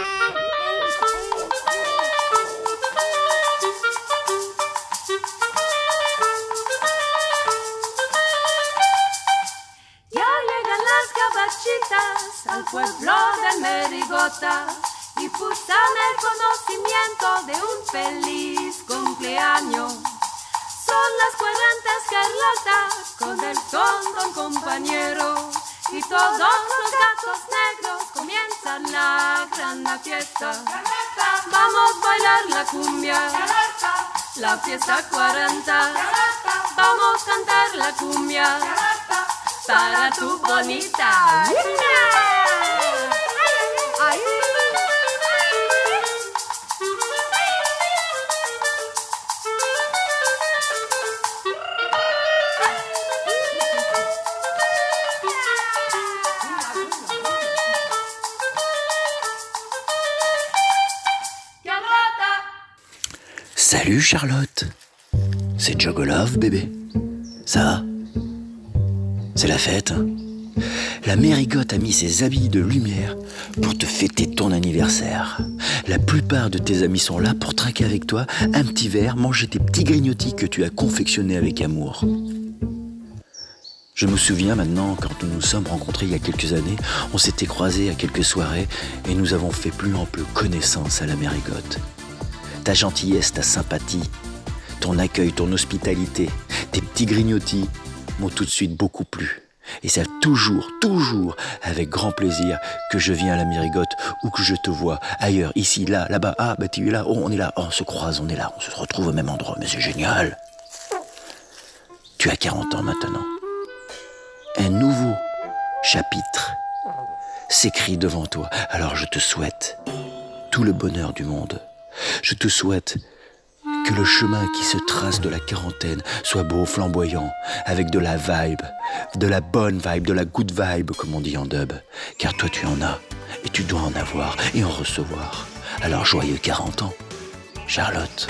Al pueblo del Merigota y pulsan el conocimiento de un feliz cumpleaños. Son las cuarenta Carlotas con el condón compañero y todos los gatos negros comienzan la gran fiesta. Vamos a bailar la cumbia, la fiesta cuarenta. Vamos a cantar la cumbia para tu bonita. Ay. Salut Charlotte, c'est Jogolov bébé. Ça va? C'est la fête. La mérigote a mis ses habits de lumière pour te fêter ton anniversaire. La plupart de tes amis sont là pour trinquer avec toi un petit verre, manger tes petits grignotis que tu as confectionnés avec amour. Je me souviens maintenant, quand nous nous sommes rencontrés il y a quelques années, on s'était croisés à quelques soirées et nous avons fait plus ample connaissance à la mérigote. Ta gentillesse, ta sympathie, ton accueil, ton hospitalité, tes petits grignotis m'ont tout de suite beaucoup plu. Et c'est toujours, toujours avec grand plaisir que je viens à la Mérigote ou que je te vois ailleurs, ici, là, là-bas. Ah, bah tu es là, oh, on est là, oh, on se croise, on est là, on se retrouve au même endroit, mais c'est génial. Tu as quarante ans maintenant. Un nouveau chapitre s'écrit devant toi. Alors je te souhaite tout le bonheur du monde. Je te souhaite que le chemin qui se trace de la quarantaine soit beau, flamboyant, avec de la vibe, de la bonne vibe, de la good vibe, comme on dit en dub. Car toi, tu en as, et tu dois en avoir, et en recevoir. Alors, joyeux quarante ans, Charlotte.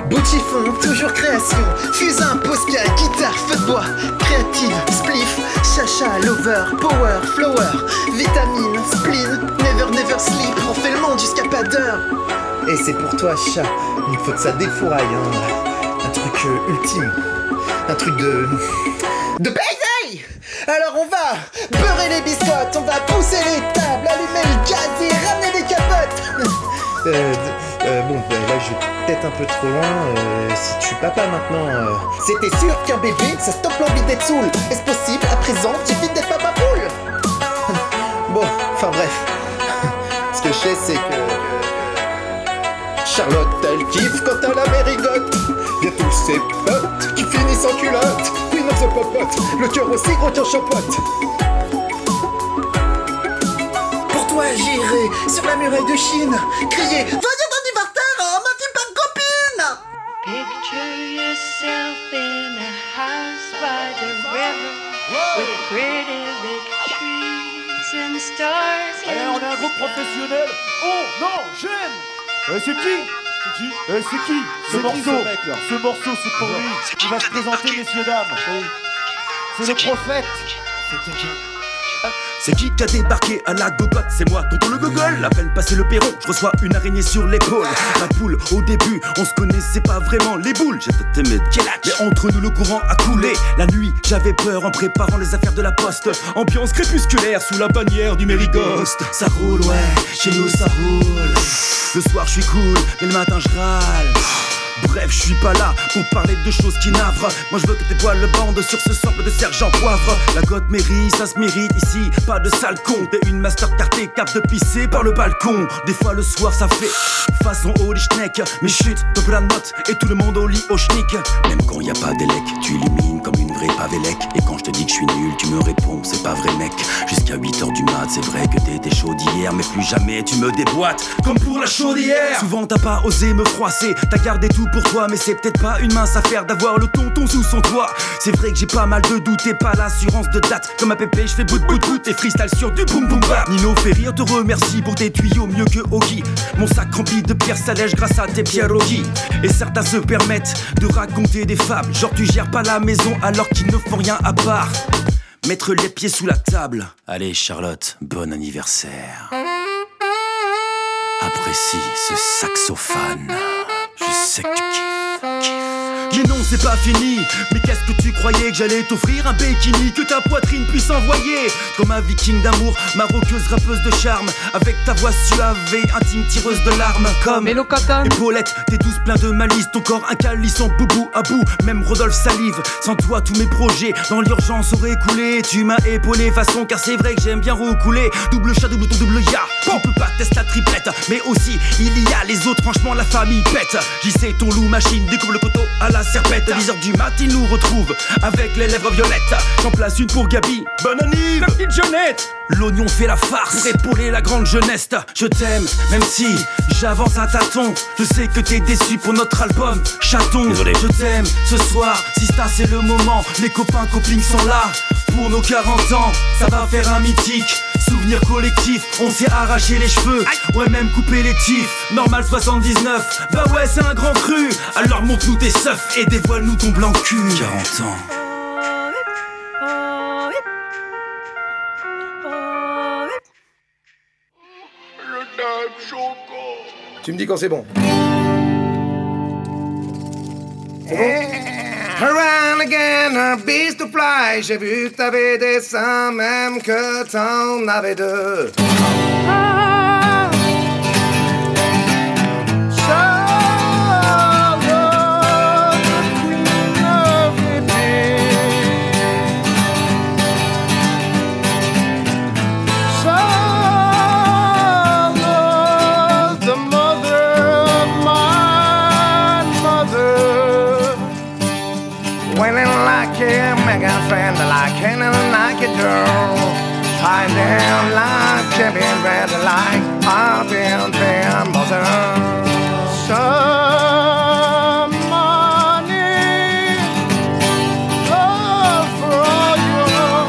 Bout de chiffon, toujours création. Fusain, Posca, guitare, feu de bois. Créative, spliff, chacha, lover, power, flower. Vitamine, spleen, never never sleep. On fait le monde jusqu'à pas d'heure. Et c'est pour toi, chat. Il faut que ça défouraille, hein. Un truc euh, ultime. Un truc de... de baiser. Alors on va beurrer les biscottes, on va pousser les tables, allumer le gaz et ramener les capotes. euh, euh, bon, bah, là je vais peut-être un peu trop loin. Euh, si tu es papa maintenant... Euh... C'était sûr qu'un bébé, ça stoppe l'envie d'être saoul. Est-ce possible à présent, j'ai vite d'être papa poule. Bon, enfin bref. Ce que je sais c'est que... Charlotte, elle kiffe quand elle la mérigote. Y'a tous ses potes qui finissent en culotte. Queen of the popote, le cœur aussi gros qu'un chapote. Pour toi j'irai sur la muraille de Chine crier joyeux anniversaire à ma super copine. Picture yourself in a house by the river with pretty big trees and stars. Allez, on est un groupe professionnel. Oh non, j'aime. Euh, c'est qui? C'est qui? Euh, c'est qui? Ce morceau, qui, ce, mec, là ce morceau, c'est pour lui. Il va se présenter, messieurs, dames. C'est le prophète. C'est qui? C'est qui qui a débarqué à la gogotte? C'est moi, tonton le gogol. À peine passé le perron, je reçois une araignée sur l'épaule. La poule, au début, on se connaissait pas vraiment. Les boules, j'étais timide. Mais entre nous, le courant a coulé. La nuit, j'avais peur en préparant les affaires de la poste. Ambiance crépusculaire sous la bannière du Mérigost. Ça roule, ouais, chez nous ça roule. Le soir, je suis cool, mais le matin, je râle. Bref, je suis pas là pour parler de choses qui navrent. Moi je veux que tes poils le bandent sur ce sample de sergent poivre. La gotte mairie, ça se mérite ici, pas de sale con. T'es une mastercard, t'es cap de pisser par le balcon. Des fois le soir ça fait façon Holy Schneck. Mais chut, top la note et tout le monde au lit au schnick. Même quand y a pas d'élec, tu illumines comme une vraie pavélec. Et quand je te dis que je suis nul, tu me réponds, c'est pas vrai mec. Jusqu'à huit heures du mat, c'est vrai que t'étais chaud d'hier. Mais plus jamais tu me déboîtes, comme pour la chaudière. Souvent t'as pas osé me froisser, t'as gardé tout pour toi, mais c'est peut-être pas une mince affaire d'avoir le tonton sous son toit. C'est vrai que j'ai pas mal de doutes et pas l'assurance de date. Comme à Pépé, je fais bout de bout de bout et freestyle sur du boum boum bap. Nino fait rire, te remercie pour tes tuyaux mieux que Ogi. Mon sac rempli de pierres s'allège grâce à tes pierres Ogi. Et certains se permettent de raconter des fables. Genre tu gères pas la maison alors qu'ils ne font rien à part mettre les pieds sous la table. Allez Charlotte, bon anniversaire. Apprécie ce saxophone. Je sais que tu kiffes, kiffes. Mais non, c'est pas fini. Mais qu'est-ce que tu croyais? Que j'allais t'offrir un bikini que ta poitrine puisse envoyer? Comme un viking d'amour, ma roqueuse rappeuse de charme. Avec ta voix suave et intime tireuse de larmes. Comme épaulette, tes douces plein de malice. Ton corps un calice en boubou à bout. Même Rodolphe salive. Sans toi, tous mes projets dans l'urgence auraient coulé. Tu m'as épaulé façon, car c'est vrai que j'aime bien roucouler. Double chat, double ton, double ya. On peut pas tester la triplette. Mais aussi, il y a les autres, franchement, la famille pète. J'y sais, ton loup machine découvre le coteau à la serpette. À dix heures du mat, il nous retrouve avec les lèvres violettes. J'en place une pour Gabi, bonne anniv, la petite jeunette. L'oignon fait la farce pour épauler la grande jeunesse. Je t'aime, même si j'avance à tâtons. Je sais que t'es déçu pour notre album Chaton. Désolé. Je t'aime ce soir, si ça c'est le moment. Les copains, copines sont là pour nos quarante ans. Ça va faire un mythique souvenir collectif. On s'est arraché les cheveux, ouais même coupé les tifs. Normal soixante-dix-neuf, bah ouais c'est un grand cru. Alors montre-nous tes seufs et dévoile-nous ton blanc cul. quarante ans. Tu me dis quand c'est bon. Around again, a beast to fly. J'ai vu que t'avais des seins, même que t'en avais deux. High down like champion, red like I've been been buzzer. Some money, love for all your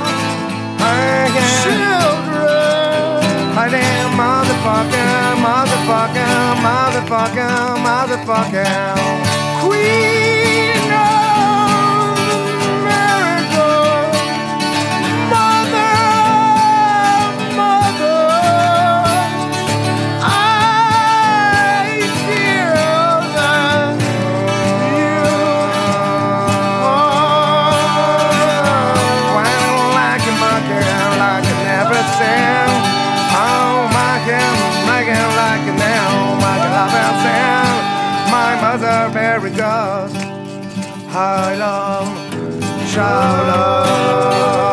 children. High down, motherfucker, motherfucker, motherfucker, motherfucker. Queen I love Charlotte.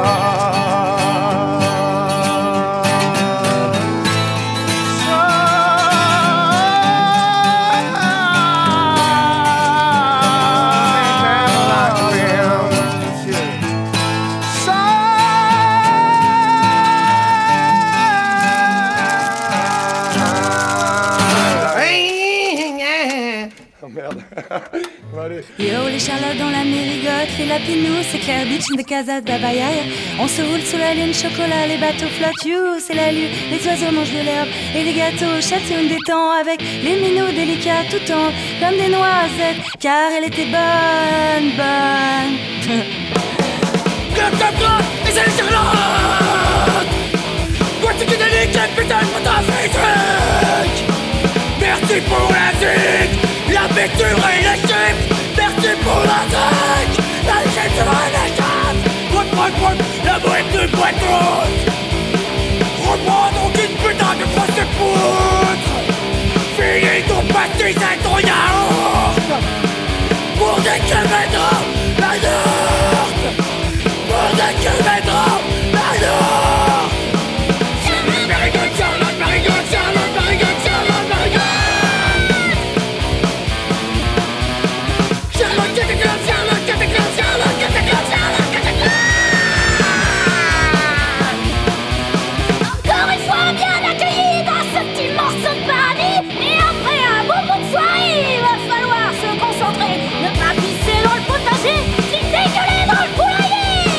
Yo les Charlottes dans la mérigote, les lapinos, c'est Claire Beach in the Casa de Babaya. On se roule sous la lune, chocolat, les bateaux flottent, you, c'est la lune, les oiseaux mangent de l'herbe et les gâteaux chatouillent des temps avec les minous délicats tout temps comme des noisettes, car elle était bonne, bonne. Comme comme toi, et c'est les Charlottes. Voici qui délique, putain de fantastique. Merci pour la zik, la picture et l'équipe. Merci pour la zik, la écriture et l'équipe. What, what, what, la boîte de Poitou. Reprends donc une putain de grosse poutre. Finis ton pastis et ton yaourt. Pour des kilomètres, la yaourt. Pour des kilomètres, la yaourt. Charlotte, Marigotte, Charlotte, Marigotte, Charlotte, Marigotte, Charlotte, Marigotte. Charlotte, get the girl, Charlotte, get the girl, Charlotte, get the girl, Charlotte, get the girl. Encore une fois, bien accueillis dans ce petit morceau de paradis. Et après un bon bout de soirée, il va falloir se concentrer. Ne pas pisser dans le potager, ni dégueuler dans le poulailler.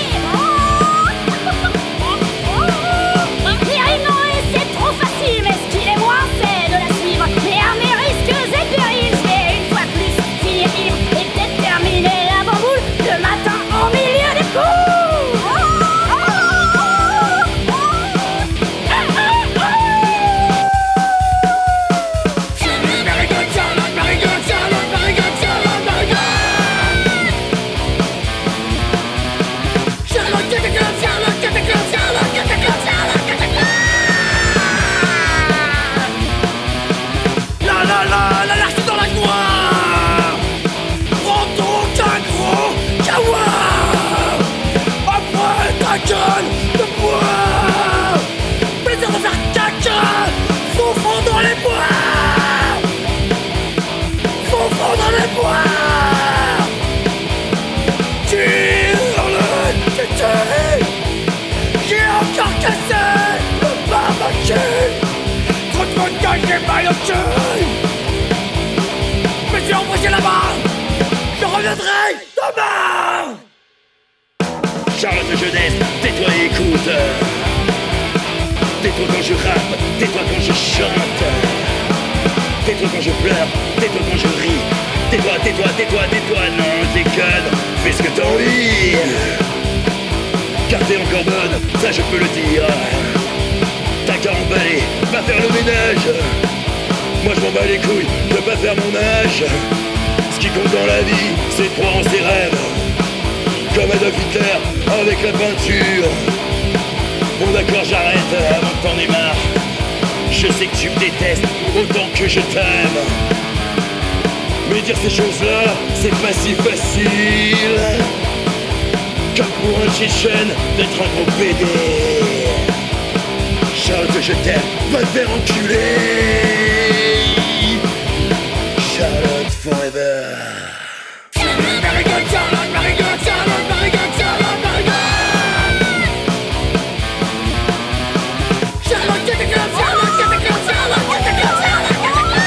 Les rimes non, et c'est trop facile, mais ce qu'il est moi, c'est de la suivre. Mais à mes risques et périls, je vais une fois de plus finir ivre et peut-être terminer la bamboule le matin au milieu des coups. Marigotte, Charlotte, Marigotte, Charlotte, Marigotte, Charlotte, Marigotte. Charlotte, get the girl, Charlotte, get the girl, Charlotte, get the girl, Charlotte, get the girl. La la la, la lâche dans la noire. Prends donc un gros jaguar. Après ta gueule de bois. Plaisir de faire caca. Faut fond dans les bois. Faut fond dans les bois. Tire le tété. J'ai encore cassé le barbecue. Trop de vodka, j'ai mal au cul. Mais j'ai embrassé là-bas. Je reviendrai demain. Charlotte de jeunesse, tais-toi et écoute. Tais-toi quand je rappe, tais-toi quand je chante. Tais-toi quand je pleure, tais-toi quand je ris. Tais-toi, tais-toi, tais-toi, tais-toi, non, déconne. Fais ce que t'as envie. Car t'es encore bonne, ça je peux le dire. T'as qu'à emballer, va faire le ménage. Moi je m'en bats les couilles de pas faire mon âge. Ce qui compte dans la vie, c'est de croire en ses rêves. Comme Adolf Hitler avec la peinture. Bon d'accord, j'arrête avant que t'en aies marre. Je sais que tu me détestes autant que je t'aime. Mais dire ces choses-là, c'est pas si facile. Comme pour un Tchétchène d'être un gros pédé. Charlotte, je t'aime, va te faire enculer. Charlotte forever. Marigotte, Charlotte, Marigotte, Charlotte, Marigotte, Charlotte, Marigotte. Charlotte, get the girl, Charlotte, get the girl, Charlotte, get the girl, Charlotte, get the girl.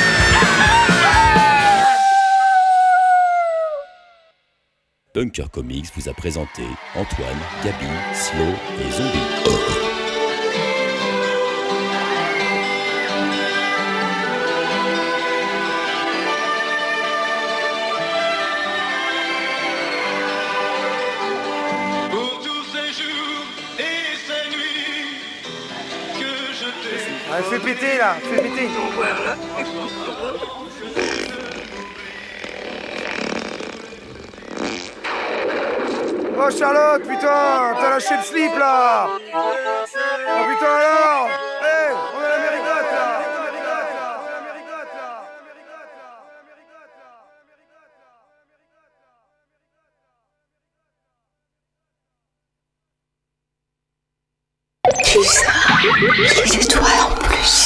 Bunker Comics vous a présenté Antoine, Gabi, Slow et Zombie. Oh. Ouais, fais péter là, fais péter. Oh Charlotte, putain, t'as lâché le slip là. Oh putain alors. Hé, hey, on a la mérigote là. Tu as des étoiles en plus.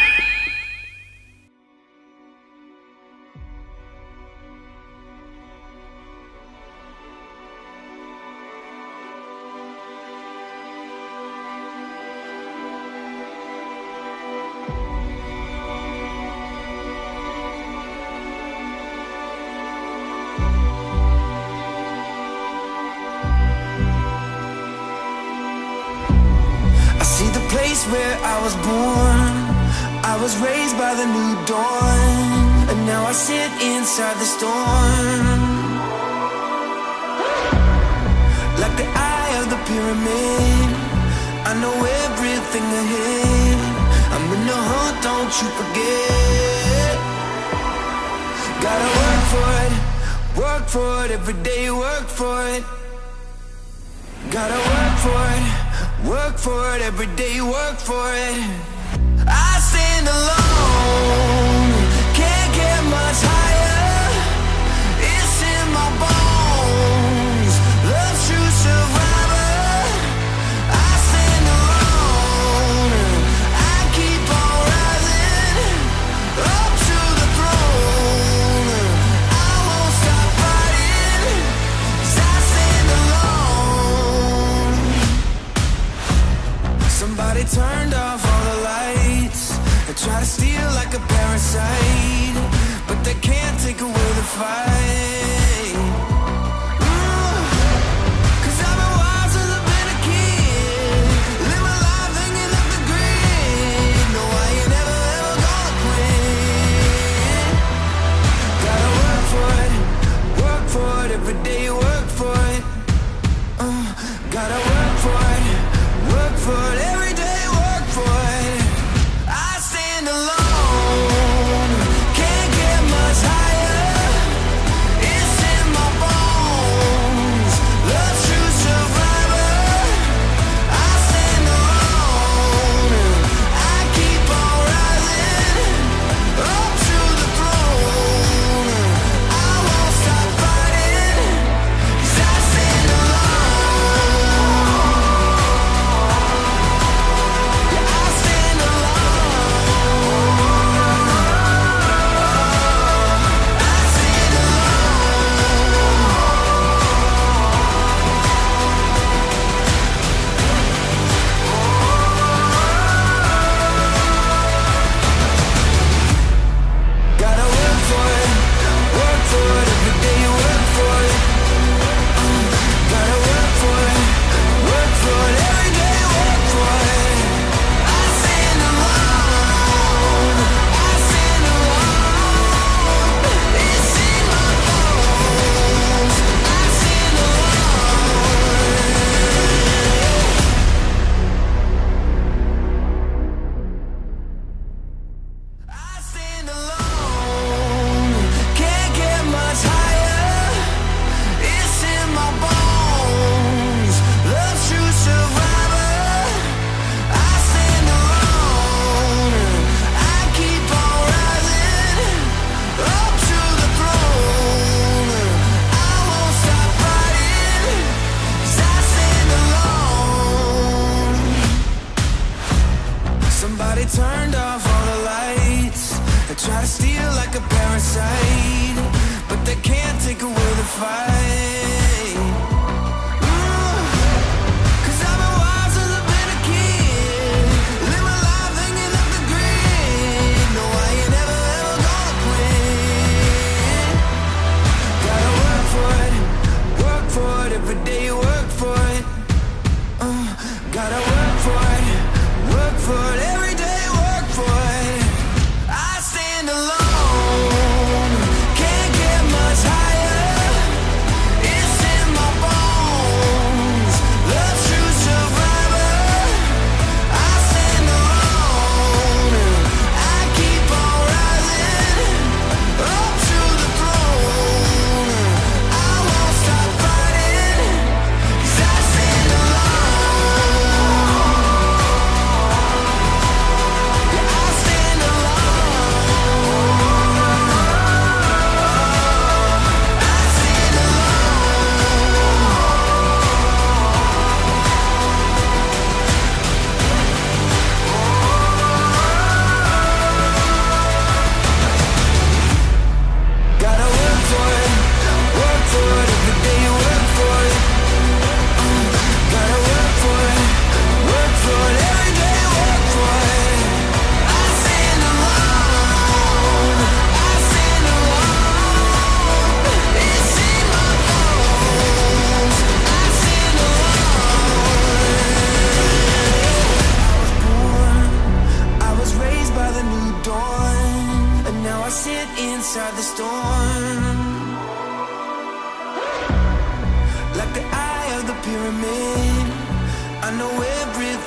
Where I was born, I was raised by the new dawn, and now I sit inside the storm. Like the eye of the pyramid, I know everything ahead. I'm in the hunt, don't you forget. Gotta work for it, work for it, every day work for it. Gotta work for it, work for it, every day work for it. I stand alone, can't get much higher. It's in my bones, love's true survivor. I stand alone, I keep on rising up to the throne. I won't stop fighting, 'cause I stand alone. Somebody turned off all the lights and try to steal like a parasite, but they can't take away the fight. Ooh, 'cause I've been wild since I've been a kid, live my life hanging up the grid. No, I ain't never ever gonna quit. Gotta work for it, work for it, every day work for it. Uh, gotta work for it, work for it, every day work for it. I stand alone, can't get much higher. It's in my bones, love's true survivor. I stand alone, I keep on rising up to the throne. I won't stop fighting, 'cause I stand Gotta work for it, work for it, every day work for it. Uh, gotta work for it, work for it, every day work for it. I stand alone, I stand alone. It's in my bones, I stand can't get much higher. It's in my bones, love's true survivor. I stand alone, I keep on rising up to the throne. I won't stop fighting, 'cause I stand alone. Somebody turned off all the lights and try to steal like a parasite, but they can't take away the fight. Ooh, 'cause I've been wild since I've been a kid, live my life hanging up the grid. No, I ain't never ever gonna quit. Gotta work for it, work for it, every day work for it. Uh, gotta work for it, work for it, every day work for it. I stand alone, can't get much higher. It's in my bones, love's true survivor. I stand alone,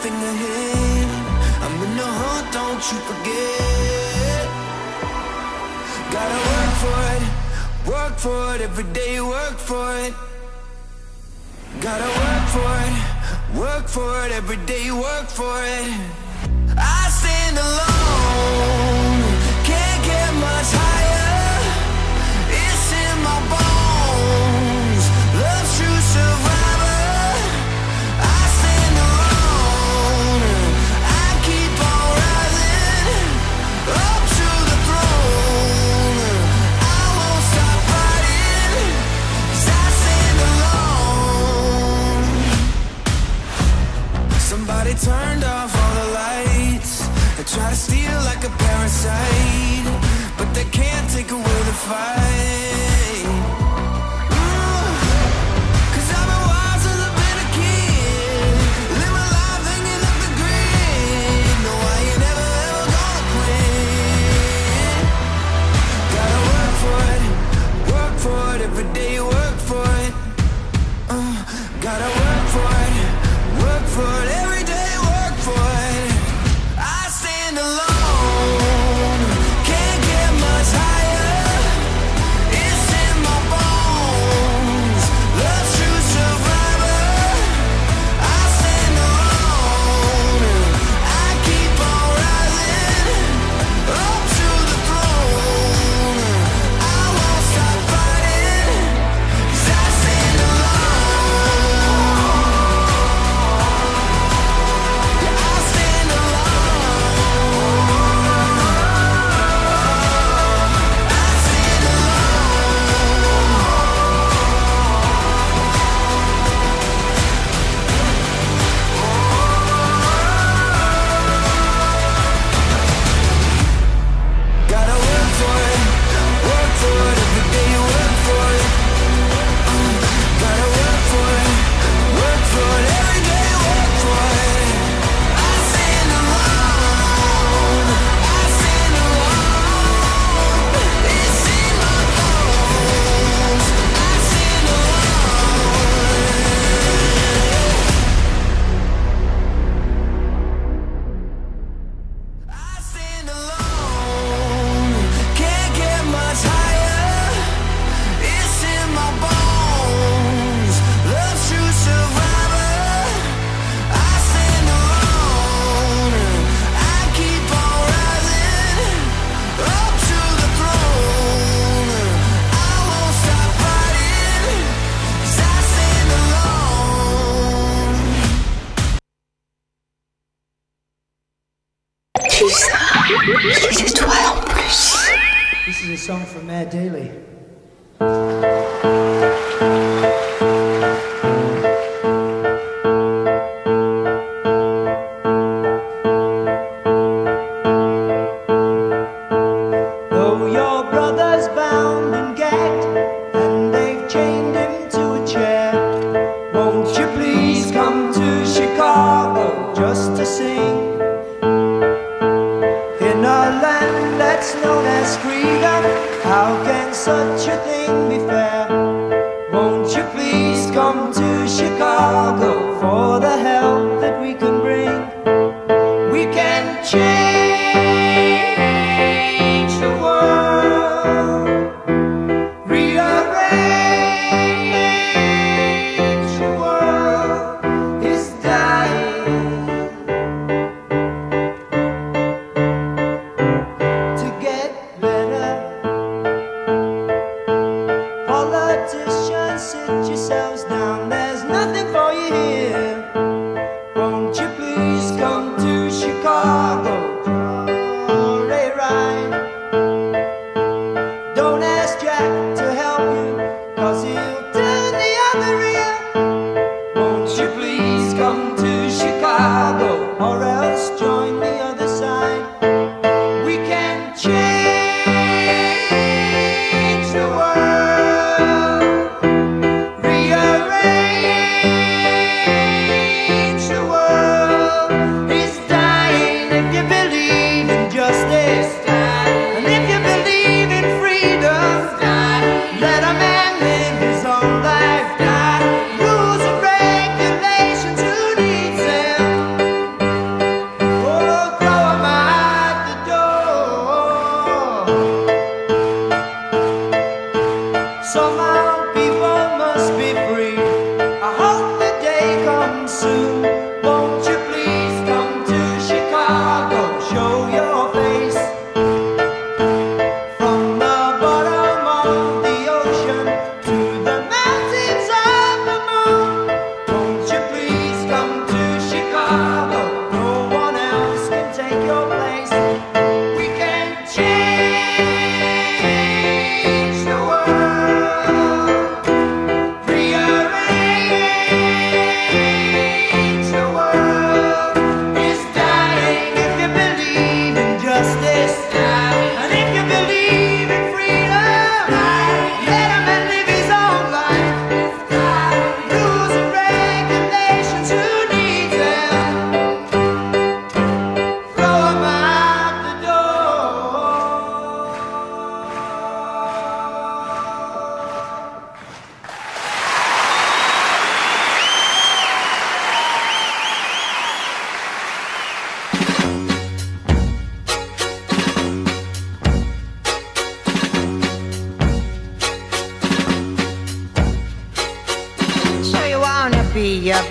nothing ahead. I'm in the hunt, don't you forget. Gotta work for it, work for it, every day work for it. Gotta work for it, work for it, every day work for it. I stand alone, can't get much higher. It's in my bones, love's true survivor. I stand alone, I keep on rising up to the throne. I won't stop fighting, 'cause I stand alone. Somebody turned off all the lights. They try to steal like a parasite, but they can't take away the fight. Ooh, 'cause I've been wild since I've been a kid. Live my life hanging up the grid. No, I ain't never ever gonna quit. Gotta work for it, work for it, every day work for it. Uh, gotta work for it, work for it, every day work for it. I stand alone, can't get much higher. It's in my bones, love's true survivor. I stand alone, I keep on rising up to the throne. I won't stop fighting, 'cause I stand alone. Yeah, I stand Gotta work for it, work for it, every day work for it. Uh, gotta work for it, work for it, every day work for it. I stand alone, I stand alone. It's in my bones, I stand alone. I stand alone, can't get much higher. It's in my bones, love's true survivor. I stand alone, I keep on rising up to the throne. I won't stop fighting, 'cause I stand alone. Tu seras les étoiles en plus. This is a song from Matt Daly. Though your brother's bound and gagged, and they've chained him to a chair, won't you please come to Chicago just to sing? In a land that's known as freedom, how can such a thing be fair? Won't you please come to Chicago for the help that we can bring? We can change the world, rearrange the world is dying to get better. Politicians, sit yourselves down, there's nothing for you here. Won't you please come to Chicago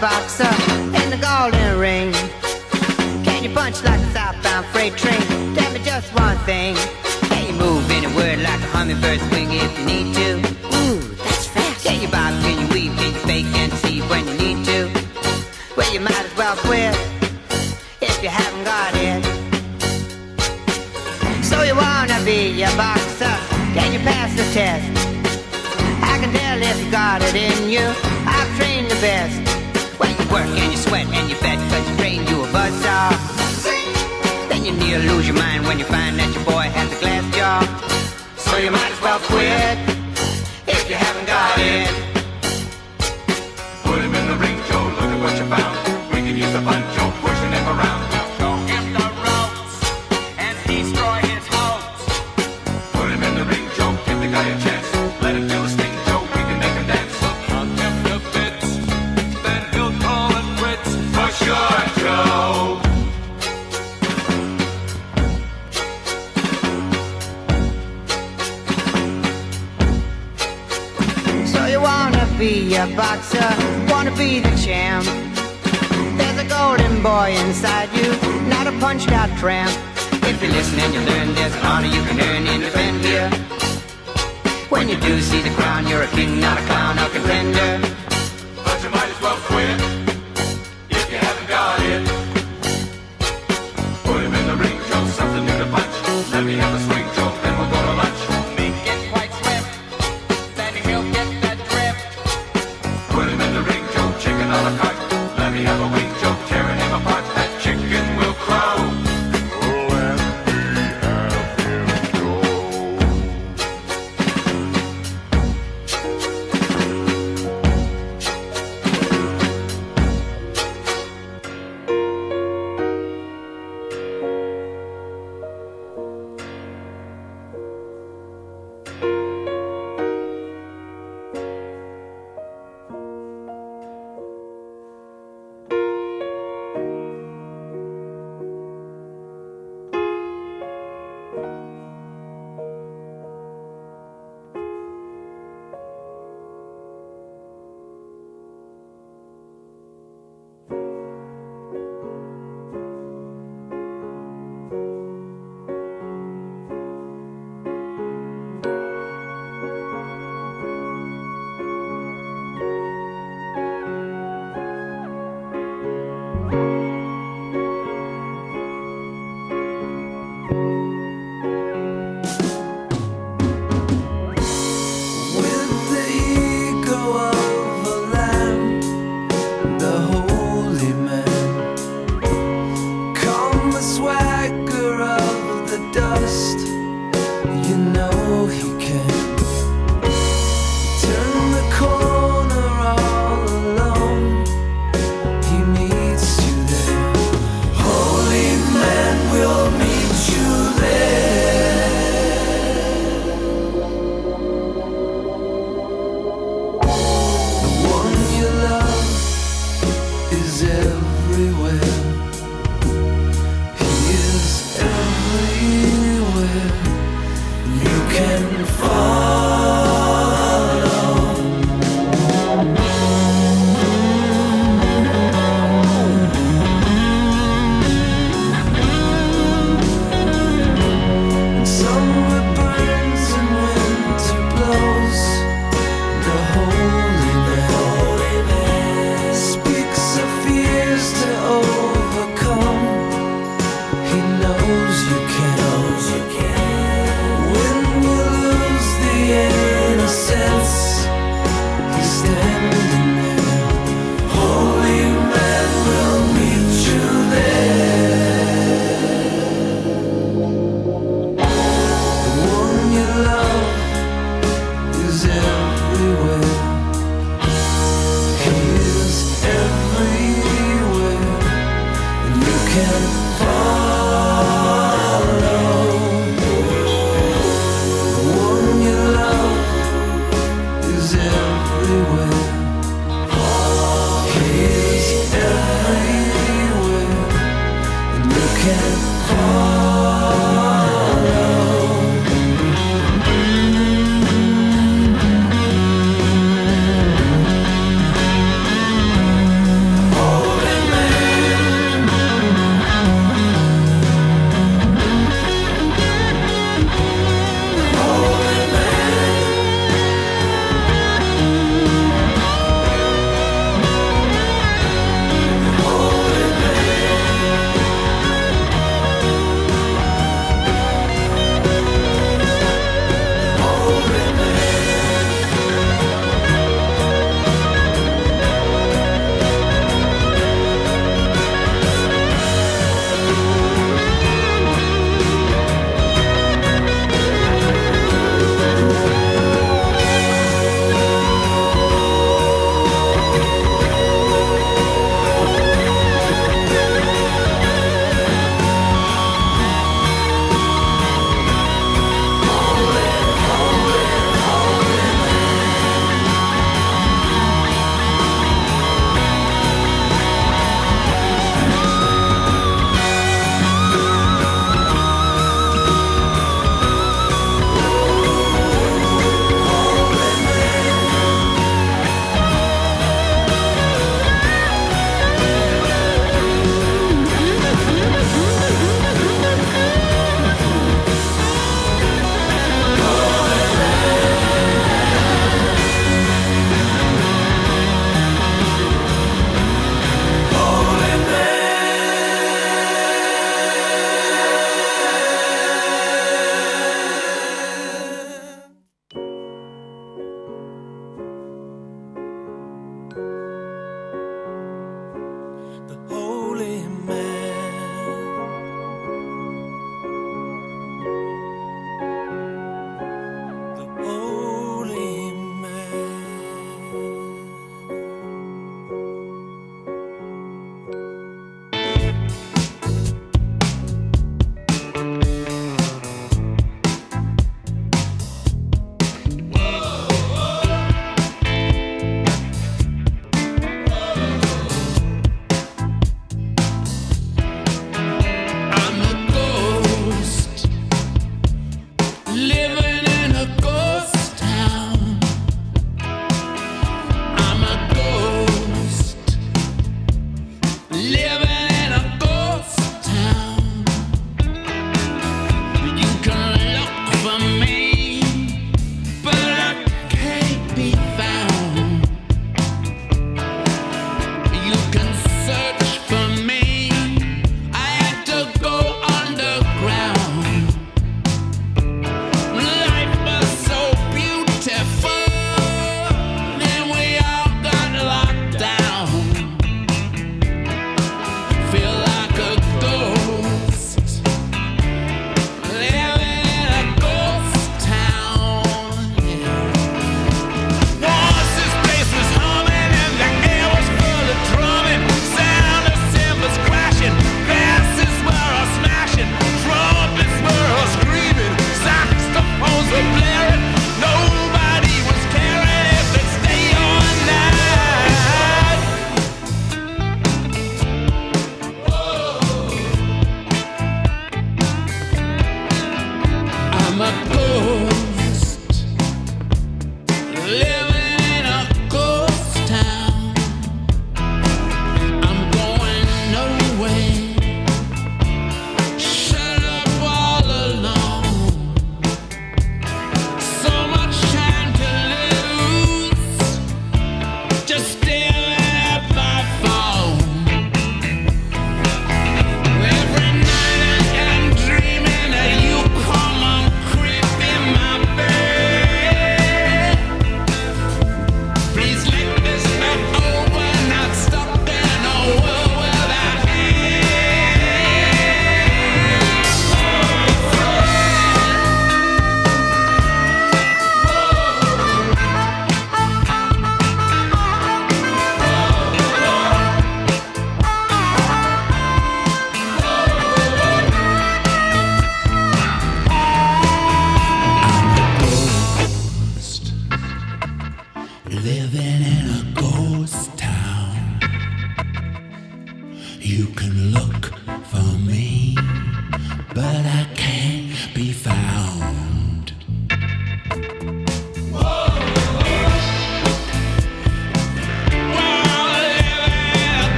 boxer in the golden ring? Can you punch like a southbound freight train? Tell me just one thing. Can you move any word like a hummingbird's wing if you need to? Ooh, that's fast. Can you bob, can you weave, can you fake and deceive when you need to? Well, you might as well quit if you haven't got it. So you wanna be a boxer? Can you pass the test? I can tell if you got it in you. I've trained the best. Well, you work and you sweat and you bet, cause you trained you a buzzsaw. Then you near lose your mind when you find that your boy has a glass jaw. So you might as well quit if you haven't got it. Put him in the ring, Joe, look at what you found. We can use a punch, Joe, pushing him around. Show him the ropes and destroy his hopes. Put him in the ring, Joe, give the guy a chance. Let him feel the sting, Joe, we can make him dance. Knock him to bits, then he'll call it quits. For sure, Joe. So you wanna be a boxer, wanna be the champ. There's a golden boy inside you, not a punched out tramp. If you listen and you learn, there's an honor you can earn in defend here. When you do see the crown, you're a king, not a clown or contender. But you might as well quit if you haven't got it. Put him in the ring, Joe, something new to punch. Let me have a swing, Joe, then we'll go to lunch. Make it quite swift, then he'll get that drift. Put him in the ring, Joe, chicken a la carte. Let me have a wing, Joe, tearing him apart. That chicken will crow. can fall.